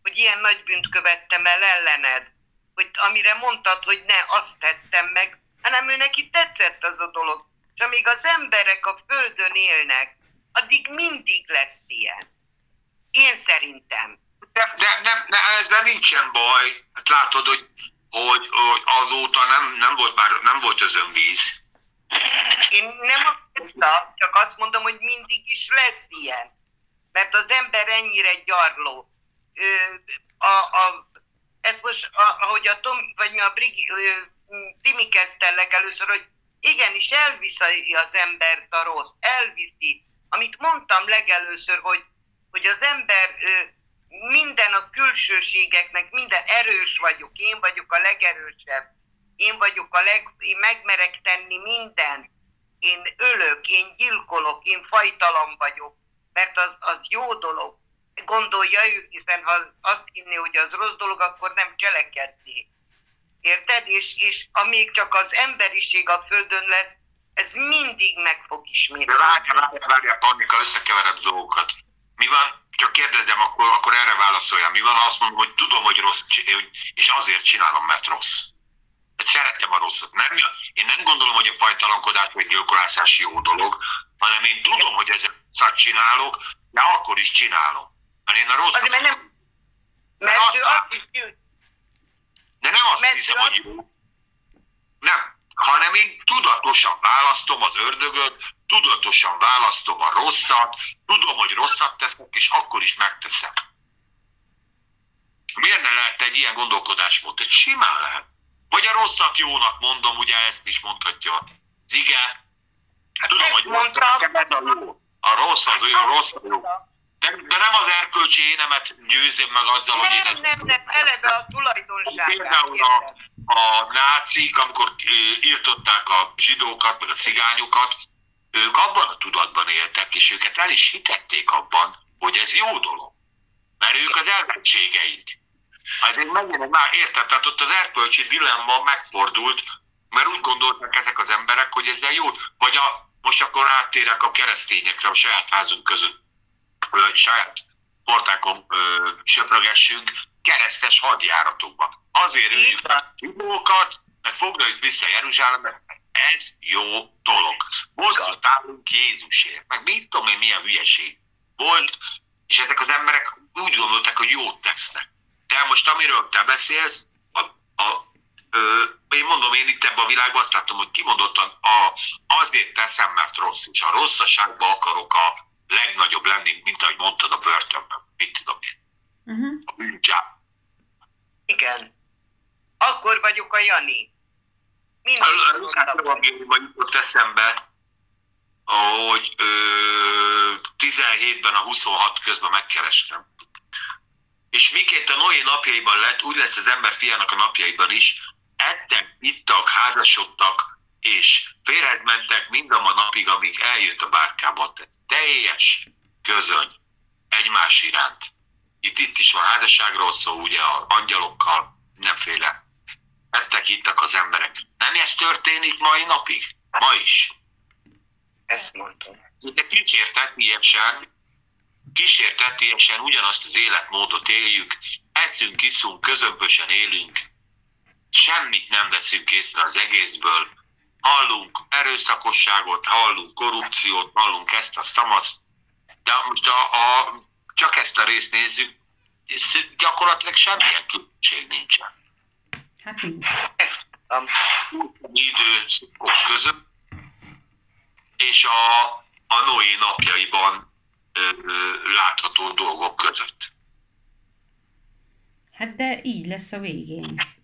hogy ilyen nagy bűnt követtem el ellened, hogy amire mondtad, hogy ne, azt tettem meg, hanem ő neki tetszett az a dolog. És amíg az emberek a földön élnek, addig mindig lesz ilyen. Én szerintem. De, de nem, ne, ezzel nincsen baj. Hát látod, hogy, hogy, hogy azóta nem, nem volt már nem volt özönvíz. Én nem azt mondtam, csak azt mondom, hogy mindig is lesz ilyen. Mert az ember ennyire gyarló. Ö, a, a, ezt most, a, ahogy a Tom, vagy mi a Brigi, ö, Timi kezdte legelőször, hogy igenis elviszi az embert a rossz, elviszi. Amit mondtam legelőször, hogy, hogy az ember ö, minden a külsőségeknek, minden erős vagyok, én vagyok a legerősebb, én vagyok a leg, én megmerek tenni mindent, én ölök, én gyilkolok, én fajtalan vagyok, mert az, az jó dolog. Gondolja ő, hiszen ha azt hinné, hogy az rossz dolog, akkor nem cselekedné. Érted? És, és amíg csak az emberiség a földön lesz, ez mindig meg fog ismételni. De várjál, várjál, várjál, Annika, összekevered a dolgokat. Mi van? Csak kérdezem, akkor, akkor erre válaszoljál. Mi van, ha azt mondom, hogy tudom, hogy rossz, és azért csinálom, mert rossz. Hát szeretem a rosszat. Nem? Én nem gondolom, hogy a fajtalankodás vagy gyilkolászás jó dolog, hanem én tudom, hogy ezzel rosszat csinálok, de akkor is csinálom. Mert én a rosszat... Azért, mert nem... Mert azt, ő azt is... De nem azt mert hiszem, azt... hogy jó. Nem. Hanem én tudatosan választom az ördögöt, tudatosan választom a rosszat, tudom, hogy rosszat teszek, és akkor is megteszem. Miért ne lehet egy ilyen gondolkodásmód? Egy simán lehet. Vagy a rosszat jónak mondom, ugye ezt is mondhatja az ige. Hát tudom, ezt hogy mondtam, ez a jó. A rossz az jó, rossz az jó. De, de nem az erkölcsi énemet győzöm meg azzal, nem, hogy én ezt... Nem, nem, eleve a tulajdonságát. Például a, a nácik, amikor írtották a zsidókat, meg a cigányokat, ők abban a tudatban éltek, és őket el is hitették abban, hogy ez jó dolog. Mert ők az ellenségeik. Azért megint már érted, tehát ott az erkölcsi dilemma megfordult, mert úgy gondolták ezek az emberek, hogy ezzel jó. Vagy a, most akkor áttérek a keresztényekre, a saját házunk között, ö, saját portákon ö, söprögessünk, keresztes hadjáratokban. Azért üljük a zsidókat, meg foglaljuk vissza Jeruzsálembe, ez jó dolog. Bosszút állunk Jézusért, meg mit tudom én, milyen hülyeség volt, és ezek az emberek úgy gondolták, hogy jót tesznek. De most amiről te beszélsz, a, a, ö, én mondom, én itt ebben a világban azt látom, hogy kimondottan a, azért teszem, mert rossz, és a rosszaságban akarok a legnagyobb lenni, mint ahogy mondtad a börtönben, mit tudom én. Uh-huh. A bűncsáp. Igen. Akkor vagyok a Jani. Mindig Evangéliumban jutott eszembe, hogy ö, tizenhétben a huszonhat közben megkerestem. És miként a Noé napjaiban lett, úgy lesz az ember fiának a napjaiban is, ettek, ittak, házasodtak, és férhez mentek mindabban a napig, amíg eljött a bárkába. Teljes közöny egymás iránt. Itt, itt is van házasságról szó, ugye az angyalokkal, mindenféle. Ettek, ittak az emberek. Nem ez történik mai napig? Ma is. Ezt mondtam. De kísértetiesen, kísértetiesen ugyanazt az életmódot éljük, eszünk, iszunk, közömbösen élünk, semmit nem veszünk észre az egészből, hallunk erőszakosságot, hallunk korrupciót, hallunk ezt, azt, azt, de most a, a, csak ezt a részt nézzük, és gyakorlatilag semmilyen különbség nincsen. Hát nincs. Ezt mondtam. Időszakok között, és a, a Noé napjaiban ö, ö, látható dolgok között. Hát de így lesz a végén is.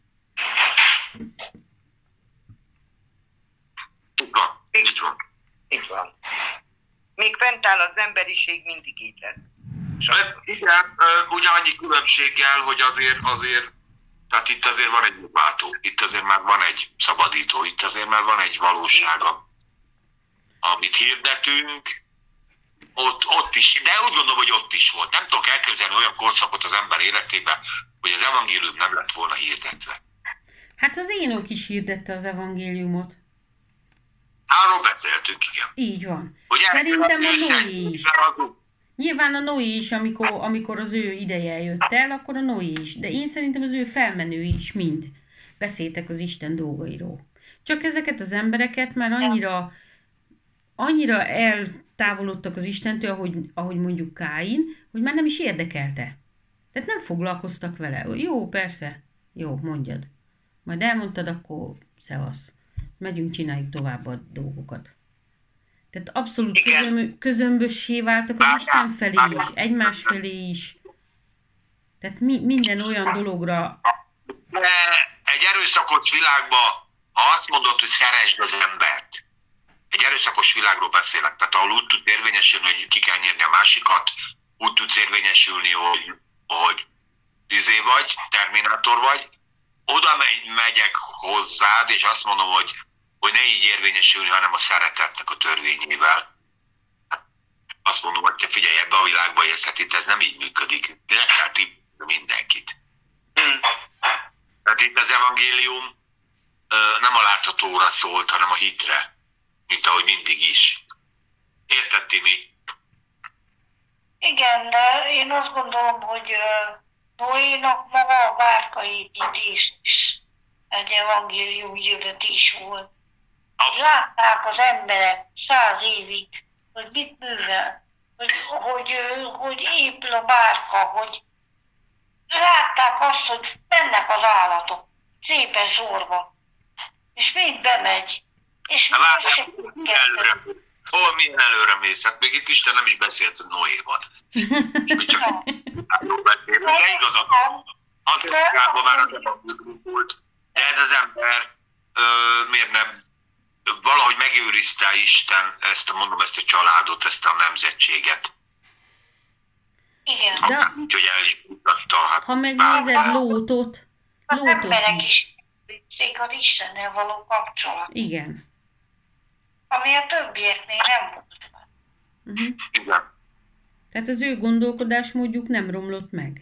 Így van, így van. Így van. Még fent áll az emberiség, mindig így lesz. Ö, igen, ö, ugye annyi különbséggel, hogy azért, azért, tehát itt azért van egy váltó, itt azért már van egy szabadító, itt azért már van egy valósága, amit hirdetünk, ott, ott is, de úgy gondolom, hogy ott is volt. Nem tudok elképzelni olyan korszakot az ember életében, hogy az evangélium nem lett volna hirdetve. Hát az Énok is hirdette az evangéliumot. Arról beszéltünk, igen. Így van. Hogy Szerintem a elkezdett Noé is. őszel az, Nyilván a Noé is, amikor, amikor az ő ideje jött el, akkor a Noé is. De én szerintem az ő felmenői is mind beszéltek az Isten dolgairól. Csak ezeket az embereket már annyira, annyira eltávolodtak az Istentől, ahogy, ahogy mondjuk Káin, hogy már nem is érdekelte. Tehát nem foglalkoztak vele. Jó, persze. Jó, mondjad. Majd elmondtad, akkor szevasz. Megyünk, csináljuk tovább a dolgokat. Tehát abszolút közöm, közömbössé váltak az Isten felé is, egymás felé is. Tehát mi, minden olyan dologra... De egy erőszakos világban, ha azt mondod, hogy szeresd az embert, egy erőszakos világról beszélek, tehát ahol úgy tud érvényesülni, hogy ki kell nyerni a másikat, úgy tudsz érvényesülni, hogy, hogy izé vagy, terminátor vagy, oda megy, megyek hozzád, és azt mondom, hogy, hogy ne így érvényesülni, hanem a szeretetnek a törvényével. Hát azt mondom, hogy te figyelj, ebbe a világba élsz, itt ez nem így működik. Le kell tippni mindenkit. Hmm. Tehát itt az evangélium nem a láthatóra szólt, hanem a hitre, mint ahogy mindig is. Érted, Timi? Igen, de én azt gondolom, hogy Noénak maga a bárkaépítés is egy evangélium hirdetés volt. Látták az emberek száz évig, hogy mit művel, hogy, hogy, hogy épül a bárka, hogy látták azt, hogy mennek az állatok, szépen sorba, és mind bemegy. És hát még előre, hol milyen előre mész? Hát még itt Isten nem is beszélt Noéban. És mi csak arról beszélt, de igazad van. Az önmagában már az evangélium volt. De ez az ember ö, miért nem valahogy megőrizte Isten ezt, mondom, ezt a családot, ezt a nemzetséget. Igen. De úgyhogy el is mutatta. Hát ha megnézed Lótot, az Lótot emberek is. is az Istennel való kapcsolat, Igen. ami a többieknél nem volt. Uh-huh. Igen. Tehát az ő gondolkodásmódjuk nem romlott meg.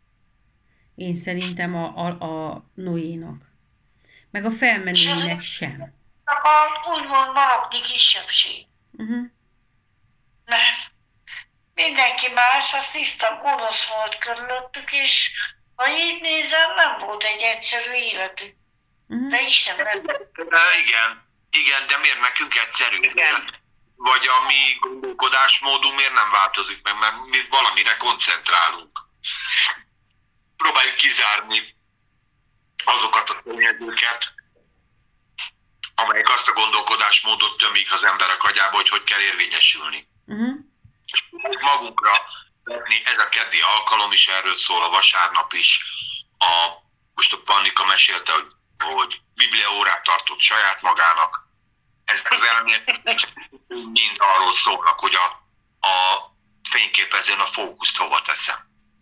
Én szerintem a, a, a Noénak. Meg a felmenőinek sem. Csak a úgymond maradni kisebbség. Uh-huh. Mert mindenki más, az tiszta gonosz volt körülöttük, és ha így nézem, nem volt egy egyszerű életük. Uh-huh. De Isten nem. De igen, igen, de miért nekünk egyszerű? Igen. Vagy a mi gondolkodásmódunk miért nem változik meg, mert mi valamire koncentrálunk. Próbáljuk kizárni azokat a tényezőket, amelyek azt a gondolkodásmódot tömik az emberek agyába, hogy hogy kell érvényesülni. Uh-huh. És magunkra venni, ez a keddi alkalom is erről szól, a vasárnap is. A, most a Pannika mesélte, hogy, hogy bibliaórát tartott saját magának. Ezek az elméletek mind arról szólnak, hogy a, a fényképezőn a fókuszt hova teszem.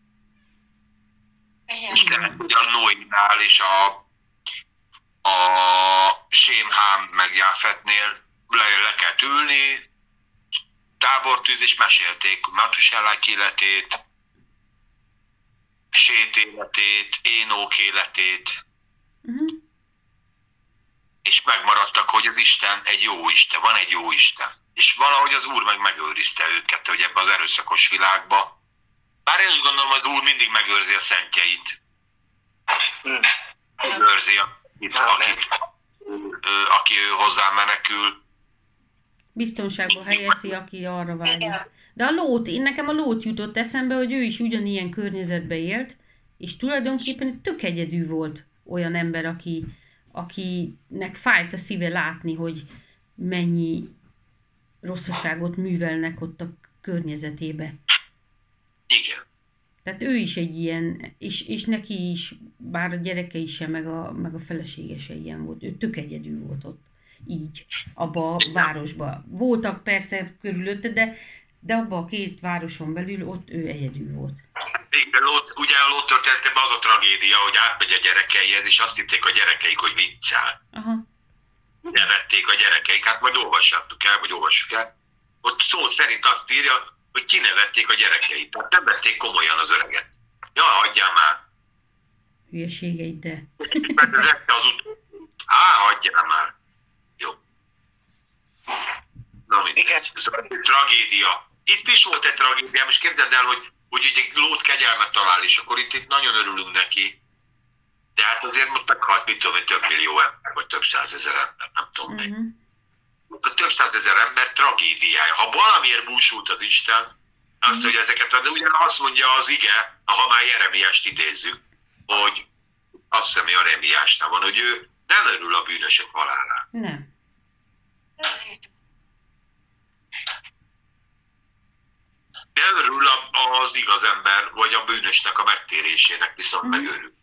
Igen. És lehet, hogy a Noénál és a, a Sém-Hám meg Jáfetnél le, le kell ülni, tábortűz, és mesélték Mátusellák életét, Sét életét, Énók életét, Uh-huh. és megmaradtak, hogy az Isten egy jó Isten, van egy jó Isten. És valahogy az Úr meg megőrizte őket, hogy ebbe az erőszakos világba. Bár én úgy gondolom, az Úr mindig megőrzi a szentjeit. Megőrzi, akit, akit, aki ő hozzá menekül. Biztonságba helyezi, aki arra vágyik. De a Lót, én nekem a Lót jutott eszembe, hogy ő is ugyanilyen környezetbe élt, és tulajdonképpen tök egyedül volt olyan ember, aki, akinek fájt a szíve látni, hogy mennyi rosszaságot művelnek ott a környezetébe. Igen. Tehát ő is egy ilyen, és, és neki is, bár a gyerekei sem, meg a, meg a felesége se ilyen volt. Ő tök egyedül volt ott. Így, abba a városba. Voltak persze körülötte, de, de abba a két városon belül ott ő egyedül volt. Igen, Lót, ugye a Lót történetében az a tragédia, hogy átmegy a gyerekeihez, és azt hitték a gyerekeik, hogy viccel. Aha. Nevették a gyerekeik, hát majd olvassátok el, vagy olvassuk el. Ott szó szerint azt írja, hogy kinevették a gyerekeit. Tehát nem vették komolyan az öreget. Ja, hagyjál már. Hülyeségeid, de... Vezette az út. Á, hagyjál már. Jó. Na mindegy. Ez a tragédia. Itt is volt egy tragédia, és képzeld el, hogy, hogy egy lót kegyelmet talál, és akkor itt, itt nagyon örülünk neki. De hát azért most meghalt, mit tudom, hogy több millió ember, vagy több százezer ember, nem tudom uh-huh. még. A több százezer ember tragédiája. Ha valamiért búsult az Isten, azt, uh-huh. hogy ezeket, de ugyan azt mondja az ige, ha már Jeremiást idézzük, hogy azt hiszem, Jeremiásnál van, hogy ő nem örül a bűnösök halálán. Nem. De örül az igaz ember, vagy a bűnösnek a megtérésének, viszont uh-huh. megörül.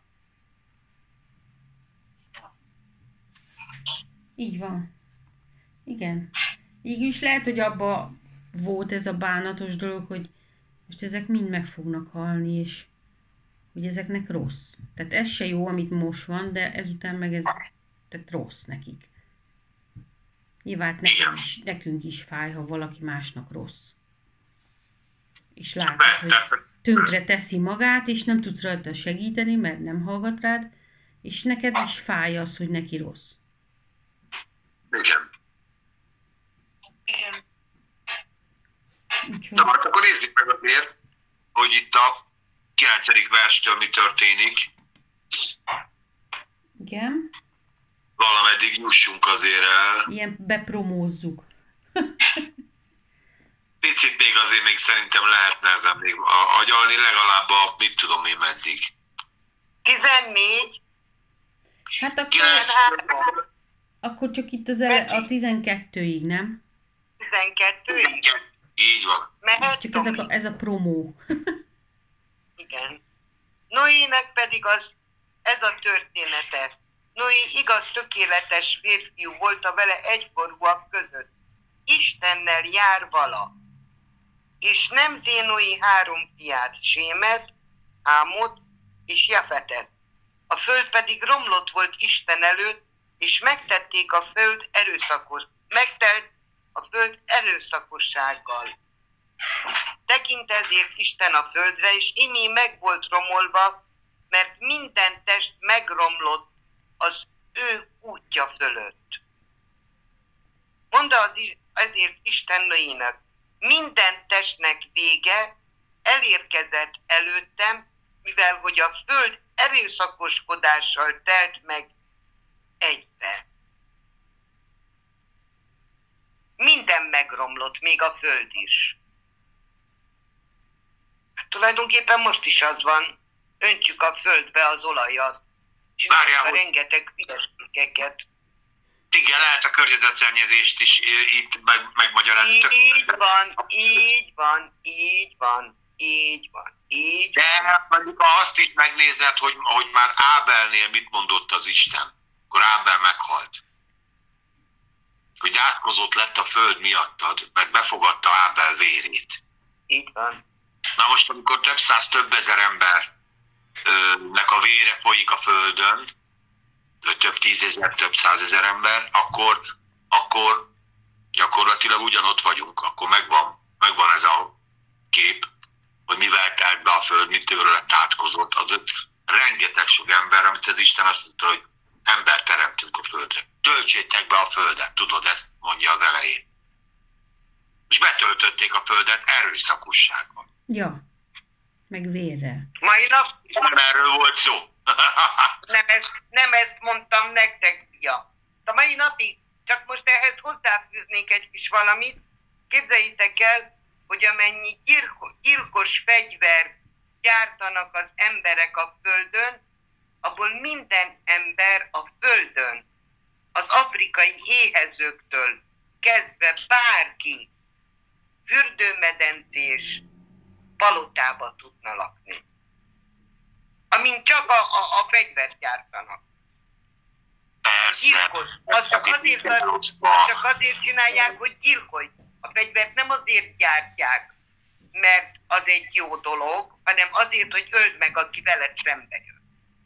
Így van. Igen. Így is lehet, hogy abba volt ez a bánatos dolog, hogy most ezek mind meg fognak halni, és hogy ezeknek rossz. Tehát ez se jó, amit most van, de ezután meg ez tehát rossz nekik. Nyilván nekünk is, nekünk is fáj, ha valaki másnak rossz. És látod, hogy tönkre teszi magát, és nem tudsz rajta segíteni, mert nem hallgat rád, és neked is fáj az, hogy neki rossz. Igen. Igen. Úgyhogy... Na, hát akkor nézzük meg azért, hogy itt a kilencedik verstől mi történik. Igen. Valameddig jussunk azért el. Ilyen bepromózzuk. Picit még azért még szerintem lehetne ezen még agyalni, legalább a, mit tudom én meddig. tizennégy. Hát akkor, tizenhárom. akkor csak itt az ele, a tizenkettőig, nem? tizenkettőig? Így van. Mehet, Csak ez a, ez a promó. Igen. Noének pedig az, ez a története. Noé igaz, tökéletes férfiú volt a vele egykorúak között. Istennel jár vala. És nemzé Noé három fiát, Sémet, Hámot és Jafetet. A föld pedig romlott volt Isten előtt, és megtették a föld erőszakos, megtelt a föld erőszakossággal. Tekint ezért Isten a földre, és imé meg volt romolva, mert minden test megromlott az ő útja fölött. Mondta az, ezért Isten Noénak, minden testnek vége elérkezett előttem, mivel hogy a föld erőszakoskodással telt meg egybe. Minden megromlott, még a föld is. Hát tulajdonképpen most is az van, öntsük a földbe az olajat, csináljuk a rengeteg hülyeségeket. Igen, lehet a környezetszennyezést is itt meg, megmagyarázni. Így van, így van, így van, így van, így van. De mondjuk ha azt is megnézed, hogy, hogy már Ábelnél mit mondott az Isten, akkor Ábel meghalt. Hogy átkozott lett a föld miattad, mert befogadta Ábel vérét. Így van. Na most, amikor több száz, több ezer embernek a vére folyik a földön, több tízezer, több százezer ember, akkor, akkor gyakorlatilag ugyanott vagyunk, akkor megvan, megvan ez a kép, hogy mivel telt be a föld, mitől lett átkozott. Az rengeteg sok ember, amit az Isten azt mondta, hogy ember teremtünk a földre. Töltsétek be a földet, tudod, ezt mondja az elején. És betöltötték a földet erőszakosságban. Ja, meg vérrel. Mai nap nem erről volt szó. nem, ezt, nem ezt mondtam nektek, fia. A mai napig, csak most ehhez hozzáfűznék egy kis valamit. Képzeljétek el, hogy amennyi gyilkos, gyilkos fegyver gyártanak az emberek a földön, abból minden ember a földön, az afrikai éhezőktől kezdve bárki fürdőmedencés palotába tudna lakni. Amint csak a, a, a fegyvert gyártanak. Persze. Gyilkos. Az csak azért, az csak azért csinálják, hogy gyilkolj. A fegyvert nem azért gyártják, mert az egy jó dolog, hanem azért, hogy öld meg, aki veled szembe jön.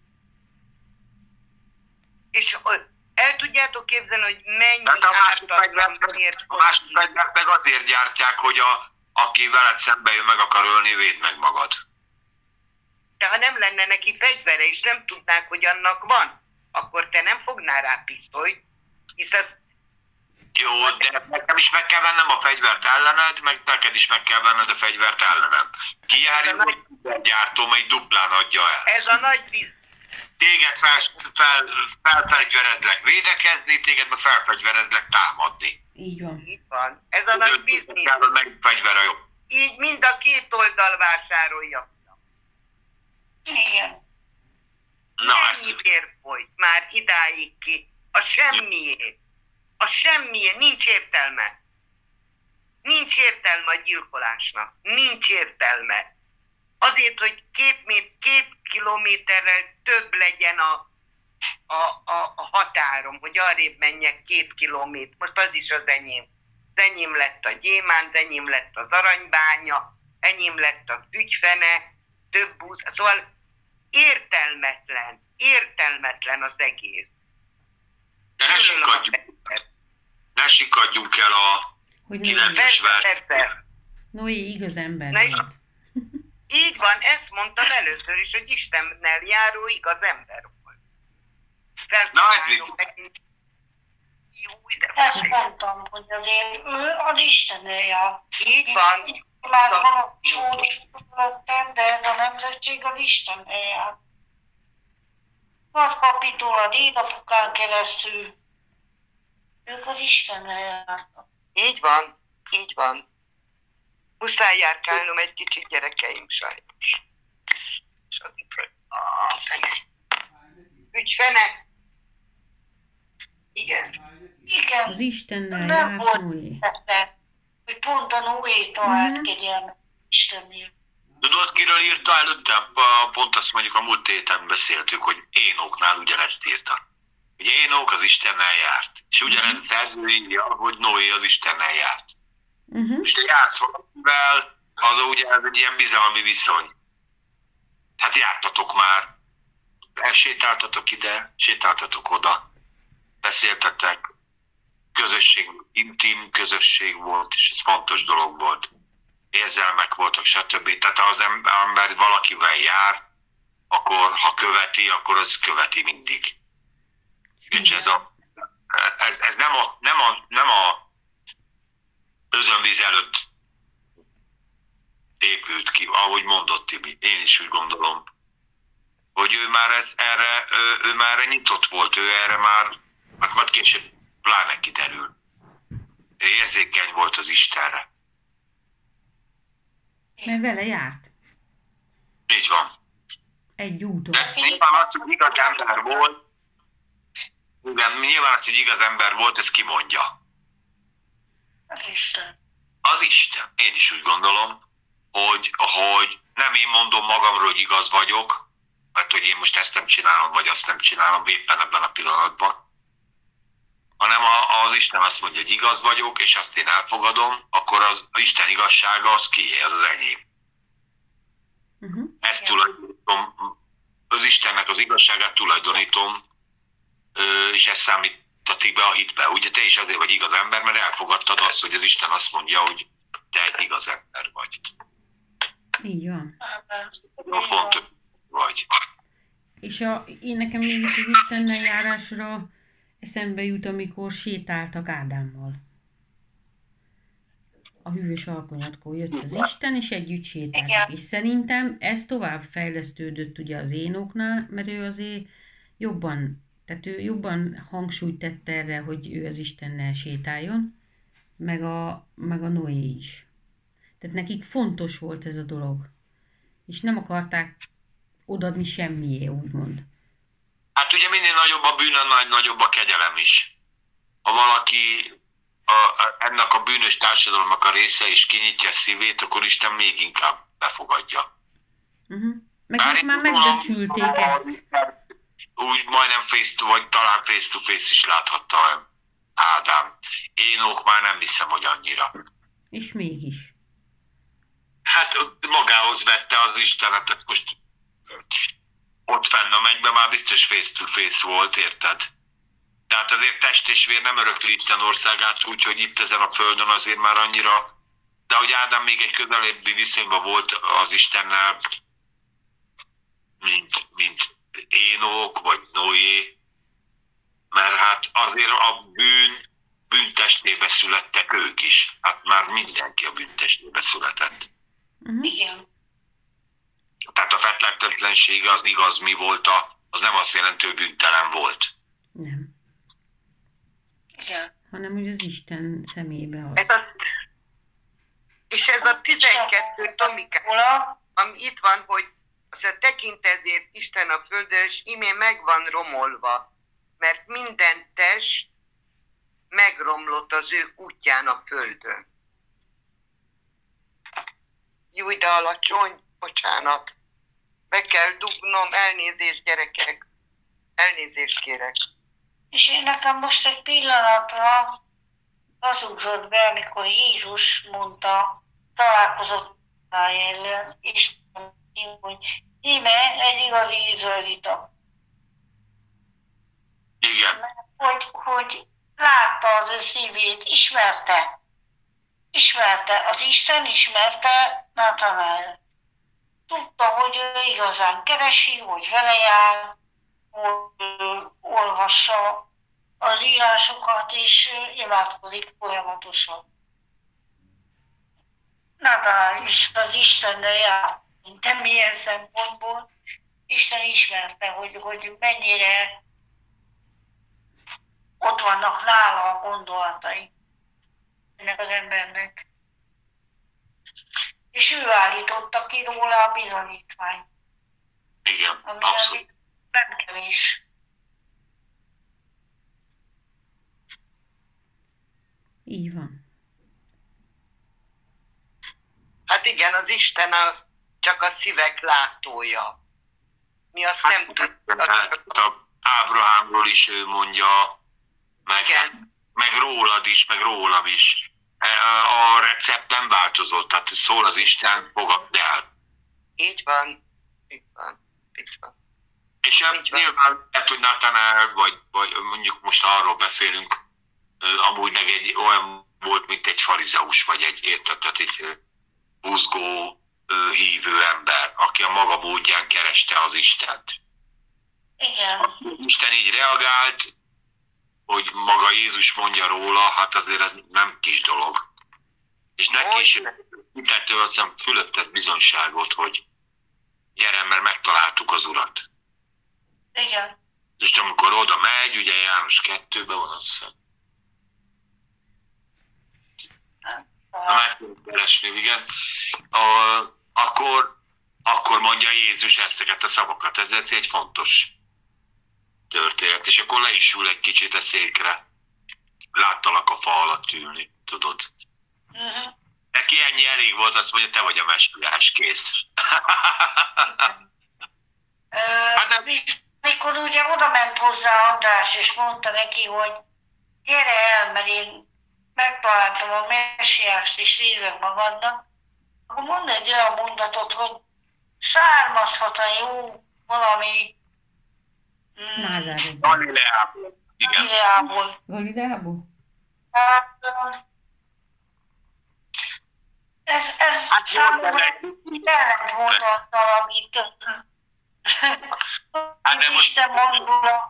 És el tudjátok képzelni, hogy mennyi ártatlan miért a másik fegyvert meg azért gyártják, hogy a, aki veled szembe jön, meg akar ölni, védd meg magad. De ha nem lenne neki fegyvere, és nem tudnák, hogy annak van, akkor te nem fognál rá pisztolyt, hisz az Jó, de nekem is meg kell vennem a fegyvert ellened, meg neked is meg kell venned a fegyvert ellenem. Ki járja, hogy a gyártó még duplán adja el. Ez a nagy biznisz. Téged fel, fel, felfegyverezlek védekezni, téged meg felfegyverezlek támadni. Így van. Így van. Ez a nagy biznisz. Kell, hogy meg fegyver a jobb. Így mind a két oldal vásárolja. Igen. Na, ezt... Mennyiért folyt már idáig ki? A semmiért. A semmiért. Nincs értelme. Nincs értelme a gyilkolásnak. Nincs értelme. Azért, hogy két, mét, két kilométerrel több legyen a, a, a, a határom, hogy arrébb menjek két kilométer. Most az is az enyém. Az enyém lett a gyémánt, enyém lett az aranybánya, enyém lett a tügyfene, több búz. Szóval értelmetlen, értelmetlen az egész. De ne sikadjunk, ne sikadjunk el a Hogy kilences Persze. Noé igaz ember Na és- volt. Így van, ezt mondtam először is, hogy Istennel járó igaz ember volt. Na, ez mi? Megint. Jó, de Ezt mondtam, hogy azért ő az Istennel jár. így van. Már van a csúcsülöttem, de ez a nemzetség az Istennel jár. Nagypapitól a dédapukán keresztül. Ők az Istennel jártak. Így van, így van. Muszáj járkálnom egy kicsit, gyerekeim, sajnos. És az itt föl. Ah, fene. Ügyfene. Igen. Igen. Az Istennel Nem járt volt Noé. tette, hogy pont a Noé talált Mhm. kegyelmet Istennél. Tudod, kiről írta előtte? A- Pont azt mondjuk a múlt héten beszéltük, hogy Énoknál ugyanezt írta. Hogy Énok az Istennel járt. És ugyanez a szerző írja, hogy Noé az Istennel járt. Uh-huh. És te jársz valakivel, az ugye ez egy ilyen bizalmi viszony. Hát jártatok már. Elsétáltatok ide, sétáltatok oda. Beszéltetek. Közösség, intim közösség volt, és ez fontos dolog volt. Érzelmek voltak, stb. Tehát ha az ember valakivel jár, akkor ha követi, akkor az követi mindig. És ez, a, ez, ez nem, a, nem, a, nem a özönvíz előtt épült ki, ahogy mondott Tibi. Én is úgy gondolom, hogy ő már ez, erre, ő, ő már erre nyitott volt, ő erre már, hát majd később pláne kiderül. Ő érzékeny volt az Istenre. Mert vele járt. Így van. Egy úton. De nyilván az, hogy igaz ember volt, igen, nyilván az, hogy igaz ember volt, ez kimondja. Az Isten. Az Isten. Én is úgy gondolom, hogy, hogy nem én mondom magamról, hogy igaz vagyok, mert hogy én most ezt nem csinálom, vagy azt nem csinálom éppen ebben a pillanatban, hanem a, az Isten azt mondja, hogy igaz vagyok, és azt én elfogadom, akkor az Isten igazsága az kié, az az enyém. Uh-huh. Ezt tulajdonítom, az Istennek az igazságát tulajdonítom, ö, és ez számítatik be a hitbe. Ugye te is azért vagy igaz ember, mert elfogadtad azt, hogy az Isten azt mondja, hogy te egy igaz ember vagy. Így van. A fontos vagy. És a, én nekem még itt az Istennel járásra eszembe jut, amikor sétáltak Ádámmal. A hűvös alkonyatkor jött az Isten, és együtt sétáltak. Igen. És szerintem ez tovább fejlesztődött ugye az Énoknál, mert ő azért jobban, tehát ő jobban hangsúlyt tette erre, hogy ő az Istennel sétáljon, meg a, meg a Noé is. Tehát nekik fontos volt ez a dolog. És nem akarták odadni semmié, úgymond. Hát ugye minél nagyobb a bűn, annál nagyobb a kegyelem is. Ha valaki a, a, ennek a bűnös társadalomnak a része és kinyitja a szívét, akkor Isten még inkább befogadja. Uh-huh. Meg Bár most én már tudom, megbecsülték ezt. Úgy majdnem face to, vagy talán face to face is láthatta Ádám. Énok már nem hiszem, hogy annyira. És mégis. Hát ott magához vette az Istenet, ezt most ott fenn a mennyben már biztos face to face volt, érted? Tehát azért test és vér nem örökli Isten országát, úgyhogy itt ezen a földön azért már annyira, de hogy Ádám még egy közelebbi viszonyban volt az Istennel, mint, mint Énok vagy Noé, mert hát azért a bűn bűntestébe születtek ők is. Hát már mindenki a bűntestébe született. Uh-huh. Igen. Tehát a fethetetlensége az igaz mi volt, a, az nem azt jelenti, hogy bűntelen volt. Nem. Igen. Hanem hogy az Isten szemébe az. Ez a, és ez a tizenkettő Tomikám, Ola, ami itt van, hogy az a tekint ezért Isten a földön, és imé meg van romolva, mert minden test megromlott az ő útján a földön. Júj, de alacsony, bocsánat. Be kell dugnom, elnézést gyerekek. Elnézést kérek. és én nekem most egy pillanatra az ugrott be, amikor Jézus mondta, találkozott ellen, és hogy íme egy igazi izraelita. Igen. Hogy, hogy látta az ő szívét, ismerte. Ismerte, az Isten ismerte Natanael. Tudta, hogy ő igazán keresi, hogy vele jár, hogy ő olvassa az írásokat, és imádkozik folyamatosan. Natanael is az Istennel járt, de milyen szempontból. Isten ismerte, hogy, hogy mennyire ott vannak nála a gondolatai ennek az embernek. És ő állította ki róla a bizonyítványt, Igen, ami abszolút. azért nem kevés. Így van. Hát igen, az Isten a, csak a szívek látója. Mi azt nem tudjuk. Hát, a Ábrahámról is ő mondja, meg, Igen. meg rólad is, meg rólam is. A recept nem változott, tehát szól az Isten, fogadd el. Így van, így van, így van. És Így van. nyilván lehet, hogy Natanael, vagy, vagy mondjuk most arról beszélünk, ö, amúgy meg egy olyan volt, mint egy farizeus, vagy egy érted, tehát egy ö, buzgó, ö, hívő ember, aki a maga módján kereste az Istent. Igen, Az Isten így reagált, hogy maga Jézus mondja róla, hát azért ez nem kis dolog. És neki is hitető azt hiszem fölötted bizonyságot, hogy gyere, mert megtaláltuk az Urat. igen. És amikor oda megy, ugye János kettőben van, azt hiszem. Ha meg tudom keresni, igen. A, akkor, akkor mondja Jézus ezteket a szavakat. Ez egy fontos történet. És akkor le is ül egy kicsit a székre. Láttalak a fa alatt ülni, tudod. Uh-huh. Neki ennyi elég volt, azt mondja, te vagy a messiás, kész. Hát de- Uh, mikor ugye oda ment hozzá András, és mondta neki, hogy gyere el, mert én megtaláltam a messiást, és hívek magadnak, akkor mondd egy olyan mondatot, hogy származhat a jó valami mm, Názáretben. Galileából. Igen. Galileából. Galileából? Hát, ö, ez, ez Hát számomra volt egy- ellentmondattal, amit Hát de most- Isten mond róla.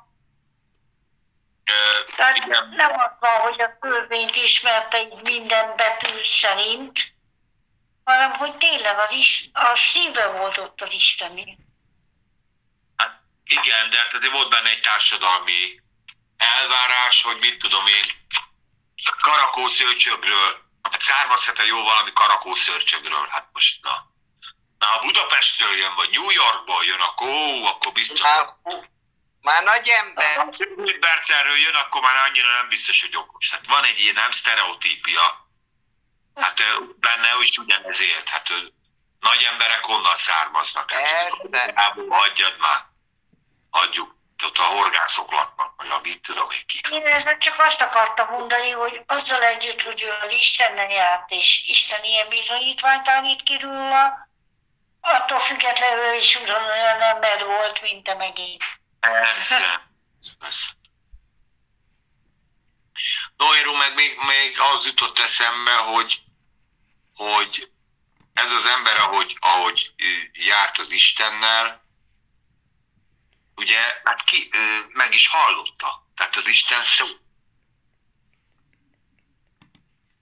Ö, Tehát igen. nem az van, hogy a törvényt ismerte így minden betű szerint, hanem hogy tényleg az is, a szíve volt ott az Isteni. Hát igen, de hát azért volt benne egy társadalmi elvárás, hogy mit tudom én, karakószőcsögről, hát származhat-e jó valami karakószőrcsögről, hát most na. Na, ha Budapestről jön, vagy New Yorkból jön, akkor ó, akkor biztos. Már, már nagy ember. Ha Bercelről jön, akkor már annyira nem biztos, hogy okos. Hát van egy ilyen nem sztereotípia. Hát ö, benne is ugyanezért. Hát ö, nagy emberek honnan származnak. Hát, Persze. Ából hagyjad már. Hagyjuk. Ott a horgászok laknak, vagy a mit tudom én kik. Én ezzel csak azt akartam mondani, hogy azzal együtt, hogy ő az Istennel járt, és Isten ilyen bizonyítványt állít ki róla, attól függetlenül ő is ugyanolyan ember volt, mint te meg én. Persze. Persze. Noéról meg még, még az jutott eszembe, hogy, hogy ez az ember, ahogy, ahogy ö, járt az Istennel, ugye, hát ki, ö, meg is hallotta. Tehát az Isten szó.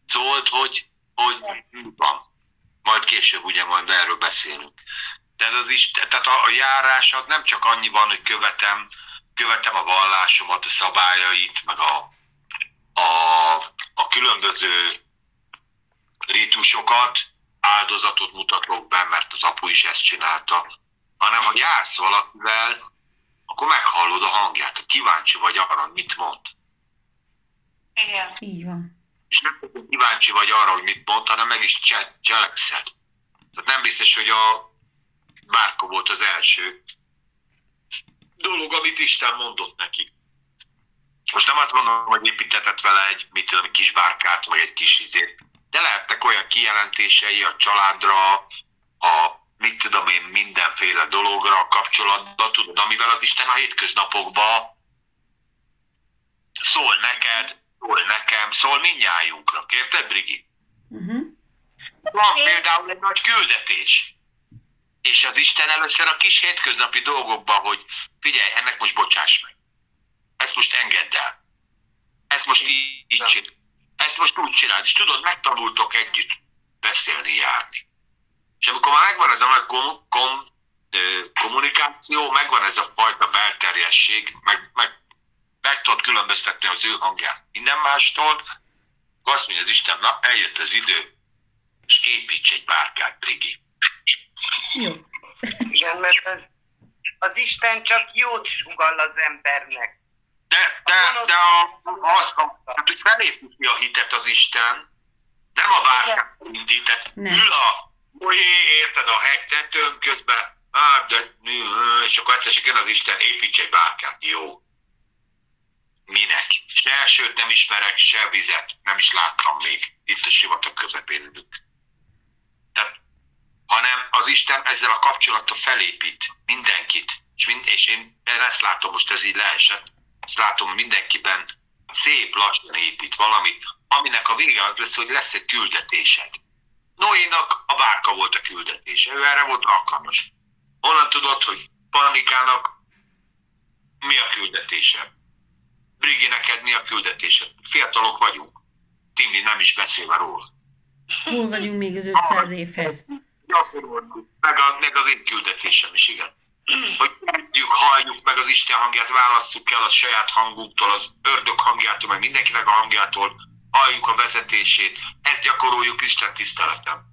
szólt, hogy, hogy mi van. Majd később ugye majd erről beszélünk. De ez az is, tehát a, a járás az nem csak annyi van, hogy követem, követem a vallásomat, a szabályait, meg a, a, a különböző rítusokat, áldozatot mutatok be, mert az apu is ezt csinálta, hanem ha jársz valakivel, akkor meghallod a hangját, kíváncsi vagy arra, mit mond. Igen. Így van. És nem csak kíváncsi vagy arra, hogy mit mond, hanem meg is cse- cselekszed. Tehát nem biztos, hogy a bárka volt az első dolog, amit Isten mondott neki. Most nem azt mondom, hogy építetett vele egy, mit tudom, egy kis bárkát, vagy egy kis izét, de lehetnek olyan kijelentései a családra, a mit tudom én, mindenféle dologra kapcsolatban, tudod, amivel az Isten a hétköznapokban szól neked, szól nekem, szól mindnyájunkra. Érted, Brigi? Uh-huh. Van például egy nagy küldetés. És az Isten először a kis hétköznapi dolgokban, hogy figyelj, ennek most bocsáss meg. Ezt most engedd el. Ezt most így, így csinál. Ezt most úgy csináld. És tudod, megtanultok együtt beszélni, járni. És amikor már megvan ez a nagy kom, kom, kommunikáció, megvan ez a fajta belterjesség, meg, meg, meg tudod különböztetni az ő hangját minden mástól, akkor azt mondja az Isten, na eljött az idő, és építs egy bárkát, Brigi. Jó. Igen, mert az, az Isten csak jót sugall az embernek. De, de, de a, az, a, hát, hogy felépíti a hitet az Isten, nem a bárkát indít, ül a Olyé, érted, a hegy tetőn közben, hát, de, és akkor egyszer csak jön az Isten, építs egy bárkát. Jó. Minek? Se elsőt nem ismerek, se vizet. Nem is láttam még. Itt a sivatag közepén ülünk. Tehát, hanem az Isten ezzel a kapcsolattal felépít mindenkit. És, mind, és én ezt látom, most ez így leesett. Ezt látom, mindenkiben szép lassan épít valamit, aminek a vége az lesz, hogy lesz egy küldetésed. Noénak a bárka volt a küldetése, ő erre volt alkalmas. Honnan tudod, hogy Panikának mi a küldetése? Brigi, neked mi a küldetése? Fiatalok vagyunk. Timi nem is beszél róla. Hol vagyunk még az ötszáz évhez? Meg, a, meg az én küldetésem is, igen. Hogy kezdjük, halljuk meg az Isten hangját, válasszuk el a saját hangunktól, az ördög hangjától, meg mindenkinek a hangjától, halljuk a vezetését, ezt gyakoroljuk Isten tiszteletem.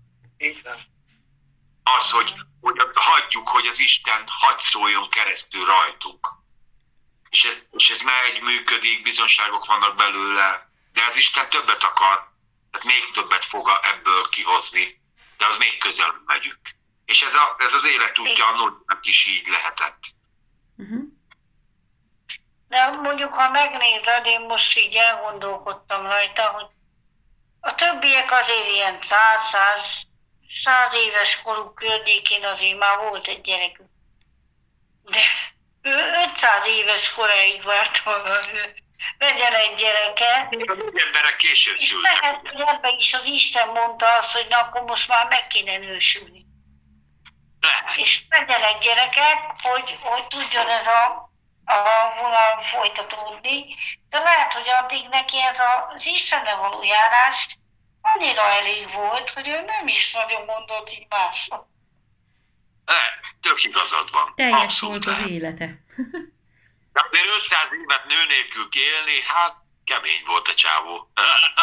Az, hogy, hogy hagyjuk, hogy az Isten hadd szóljon keresztül rajtunk. És ez, és ez megy, működik, bizonságok vannak belőle, de az Isten többet akar, tehát még többet fog ebből kihozni, de az még közelebb megyünk. És ez, a, ez az élet útja a Noénak is így lehetett. Uh-huh. De mondjuk, ha megnézed, én most így elgondolkodtam rajta, hogy a többiek azért ilyen száz-száz éves koruk környékén azért már volt egy gyerekük. De ő ötszáz éves koráig várt, hogy legyen egy gyereke. Az emberek később és szültek. lehet, hogy ebben is az Isten mondta azt, hogy na akkor most már meg kéne nősülni. Lehet. És legyenek gyerekek, hogy, hogy tudjon ez a, a vonal folytatódni, de lehet, hogy addig neki ez az Istennel való járás annyira elég volt, hogy ő nem is nagyon mondott így másra. Lehet, tök igazad van. Teljes abszolút volt az lehet. élete. De azért ötszáz évet nő nélkül élni, hát kemény volt a csávó.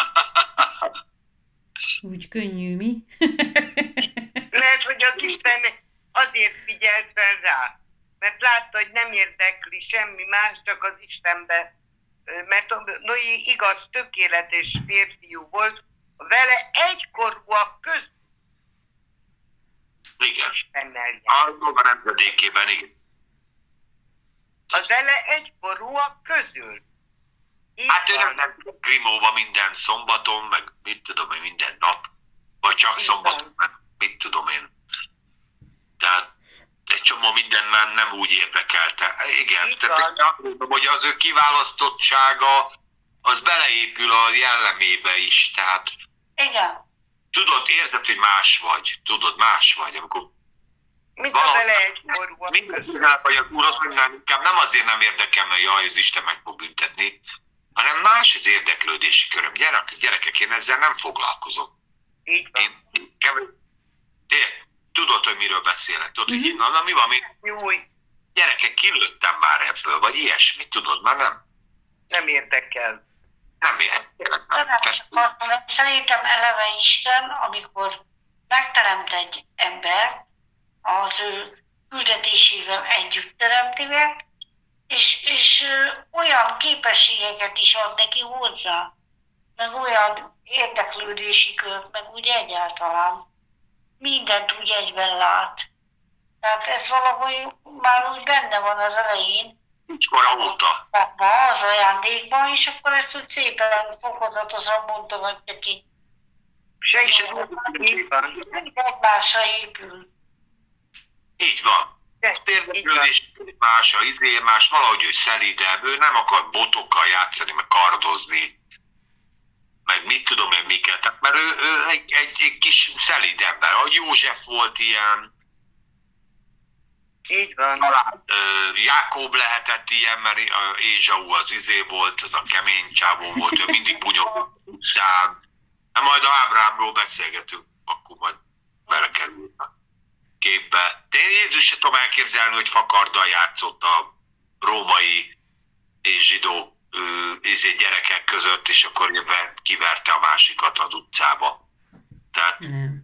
Úgy könnyű, mi? Lehet, hogy az Isten azért figyelt fel rá, mert látta, hogy nem érdekli semmi más, csak az Istenbe. Mert Noé igaz, tökéletes férfiú volt, vele egykorúak között. Igen. Istennel járt. A maga nemzedékében, igen. A vele egykorúak közül. Így Hát ő van. nem Krimóba minden szombaton, meg mit tudom én, minden nap. Vagy csak Így szombaton, van. meg mit tudom én. Tehát egy csomó minden már nem úgy érdekelte. Igen, Így tehát van. azt mondom, hogy az ő kiválasztottsága, az beleépül a jellemébe is. Tehát Igen. tudod, érzed, hogy más vagy. Tudod, más vagy. Amikor Mint a vele egykorúak minden között. közel vagy az úr, azt mondja, inkább nem azért nem érdekel, mert jaj, az Isten meg fog büntetni, hanem más az érdeklődési köröm. Gyerek, gyerekek, én ezzel nem foglalkozom. Így van. Én, én, én, tudod, hogy miről beszélek? Tudod, Mhm. hogy na, na, mi van, mi? Nyúj, Gyerekek, kilőttem már ebből, vagy ilyesmi, tudod, már nem? nem érdekel. Nem ilyen. Nem csak azt mondom, szerintem eleve Isten, amikor megteremt egy embert, az ő küldetésével együtt teremti meg, és, és ö, olyan képességeket is ad neki hozzá, meg olyan érdeklődési kört, meg úgy egyáltalán mindent úgy egyben lát. Tehát ez valahogy már úgy benne van az elején, Kora óta. abba, az ajándékban, és akkor ezt úgy szépen fokozatosan mondogatja ki. És ez így van. Mind egymásra épül. Így van. Így van. Érdeklődés más, a izé más, valahogy ő szelidebb, ő nem akar botokkal játszani, meg kardozni, meg mit tudom én miket, tehát, mert ő, ő egy, egy, egy kis szelíd ember. Ahogy József volt ilyen, Így van. talán ö, Jákob lehetett ilyen, mert ö, Ézsau az izé volt, az a kemény csávó volt, ő mindig bunyog utcán. Hát majd a Ábrámról beszélgetünk, akkor majd belekerült a képbe. De én Jézus se tudom elképzelni, hogy fakarddal játszott a római és zsidó ö, izé gyerekek között, és akkor éppen kiverte a másikat az utcába. Tehát Nem.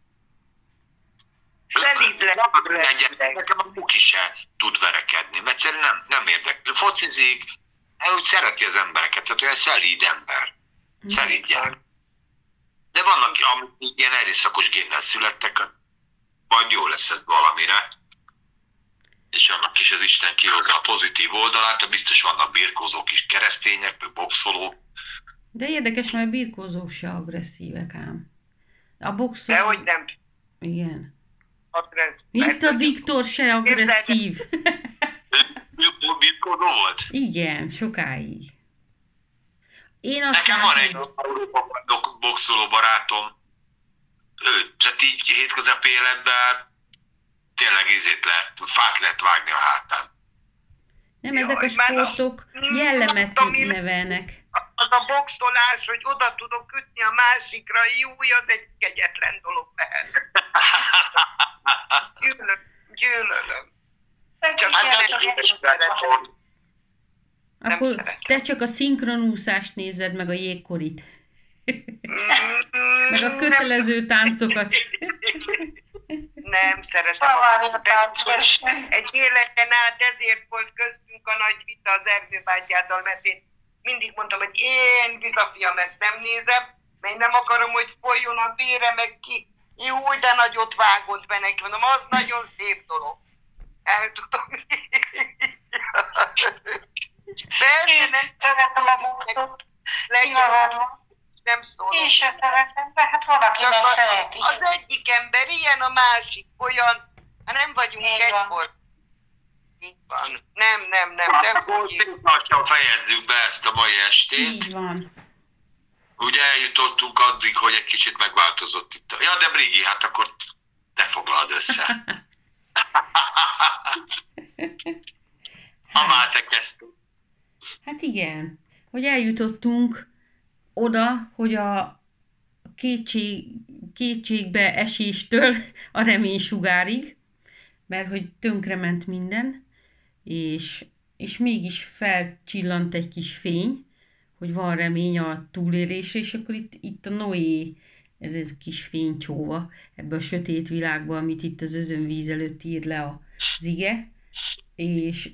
Szelíd Legyen, nekem a Buki se tud verekedni, mert egyszerűen nem, nem érdekel. Focizik, úgy szereti az embereket, tehát olyan szelíd ember. Szelíd gyerek. De vannak, amik ilyen erőszakos génnel születtek, majd jó lesz ez valamire. És annak is az Isten kihozza a pozitív oldalát, de biztos vannak birkózók is, keresztények, meg boxolók. De érdekes, mert a birkózók se agresszívek ám. A boxoló... Dehogy nem. Igen. Agressz- Mint a Viktor se agresszív. Ő birkózó volt? Igen, sokáig. Én azt Nekem van egy látom- boxoló barátom, ő, tehát így hétköznapi életben tényleg izét lehet, fát lehet vágni a hátán. Nem, Jaj, ezek a már a- sportok Mm, jellemet tudom, én- nevelnek. Az a boxolás, hogy oda tudok ütni a másikra, júj, az egy kegyetlen dolog lehet. Gyűlölöm, gyűlölöm. Csak Hát, nem de- szeretem. Nem Akkor szeretem. te csak a szinkronúszást nézed, meg a jégkorit. Meg a kötelező táncokat. Nem szeretem. Talán a a táncos. Egy életen át ezért volt köztünk a nagy vita az Erdő bátyáddal, mert én mindig mondtam, hogy én bizafiam ezt nem nézem, mert én nem akarom, hogy folyjon a vére, meg ki. Jó, de nagyot vágott be neki. Mondom, az nagyon szép dolog. El tudom. Persze, Én nem szeretem a boxot. legyen, Igazad van. nem szólom. Én sem szeretem, de hát van, aki Csak meg a- szereti. Az egyik ember ilyen, a másik olyan, ha nem vagyunk Így van. egykor. Így van. Nem, nem, nem, Hát nem. akkor szép lassan fejezzük be ezt a mai estét. Így van. Ugye eljutottunk addig, hogy egy kicsit megváltozott itt. a- Ja, de Brigi, hát akkor te foglald össze. Ha már te kezdted. Hát igen, hogy eljutottunk oda, hogy a kétség, kétségbe eséstől a reménysugárig, mert hogy tönkrement minden, és, és mégis felcsillant egy kis fény, hogy van remény a túlélésre, és akkor itt, itt a Noé, ez ez a kis fénycsóva ebbe a sötét világba, amit itt az özönvíz előtt ír le a zige, és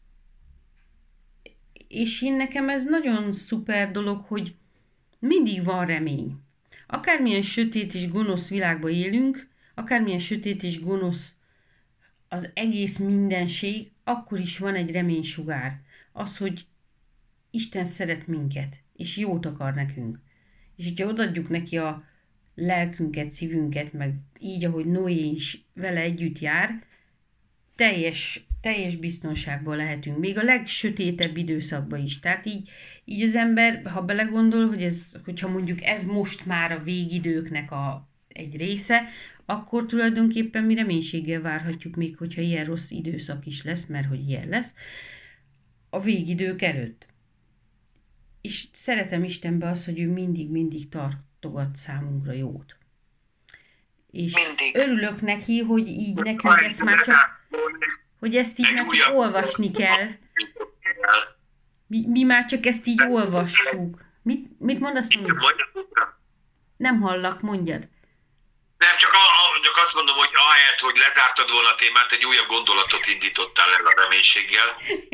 és én nekem ez nagyon szuper dolog, hogy mindig van remény. Akármilyen sötét és gonosz világban élünk, akármilyen sötét és gonosz az egész mindenség, akkor is van egy reménysugár. Az, hogy Isten szeret minket, és jót akar nekünk. És hogyha odaadjuk neki a lelkünket, szívünket, meg így, ahogy Noé is vele együtt jár, teljes, teljes biztonságban lehetünk, még a legsötétebb időszakban is. Tehát így, így az ember, ha belegondol, hogy ez, hogyha mondjuk ez most már a végidőknek a, egy része, akkor tulajdonképpen mi reménységgel várhatjuk még, hogyha ilyen rossz időszak is lesz, mert hogy ilyen lesz, a végidők előtt. és szeretem Istenbe azt, hogy ő mindig-mindig tartogat számunkra jót. És Mindig. örülök neki, hogy így nekünk ezt már csak, hogy ezt így már csak olvasni kell. Mi, mi már csak ezt így olvassuk. Mit, mit mondasz, Noé? Nem hallak, mondjad. Nem, csak, a, a, csak azt mondom, hogy ahelyett, hogy lezártad volna a témát, egy újabb gondolatot indítottál el a reménységgel.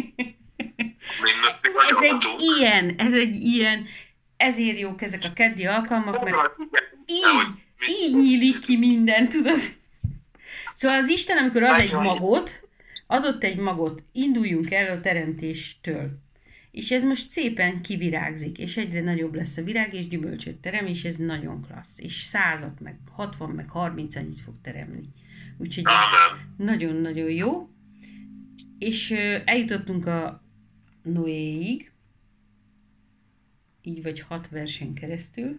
Ez egy ilyen, ez egy ilyen, ezért jók ezek a keddi alkalmak, mert így, így nyílik ki minden, tudod? Szóval az Isten, amikor ad egy magot, adott egy magot, induljunk el a teremtéstől. És ez most szépen kivirágzik, és egyre nagyobb lesz a virág, és gyümölcsöt terem, és ez nagyon klassz. És százat, meg hatvan, meg harminc annyit fog teremni. Úgyhogy nagyon-nagyon jó. És eljutottunk a Noéig, így vagy hat versen keresztül.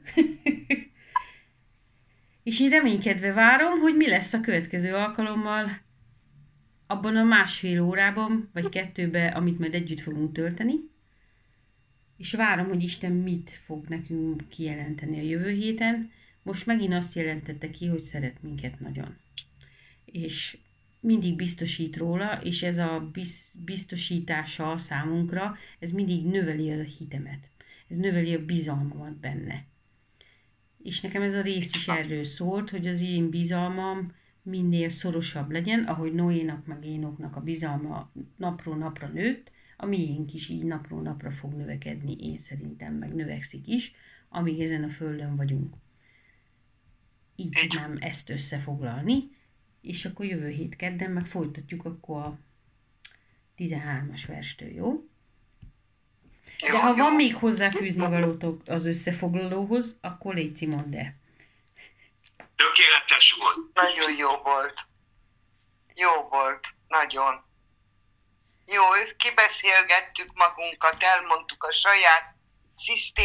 És én reménykedve várom, hogy mi lesz a következő alkalommal, abban a másfél órában, vagy kettőben, amit majd együtt fogunk tölteni. És várom, hogy Isten mit fog nekünk kijelenteni a jövő héten. Most megint azt jelentette ki, hogy szeret minket nagyon. És mindig biztosít róla, és ez a biztosítása számunkra, ez mindig növeli az a hitemet. Ez növeli a bizalmamat benne. És nekem ez a rész is erről szólt, hogy az én bizalmam minél szorosabb legyen, ahogy Noénak meg Énoknak a bizalma napról napra nőtt, a miénk is így napról napra fog növekedni, én szerintem meg növekszik is, amíg ezen a földön vagyunk. Így tudnám ezt összefoglalni, és akkor jövő hét kedden meg folytatjuk akkor a tizenhármas verstől, jó? De ha van még hozzáfűzni valótok az összefoglalóhoz, akkor légy mondd el. Tökéletes volt. Nagyon jó volt. Jó volt. Nagyon. Jó, kibeszélgettük magunkat, elmondtuk a saját szisztémát,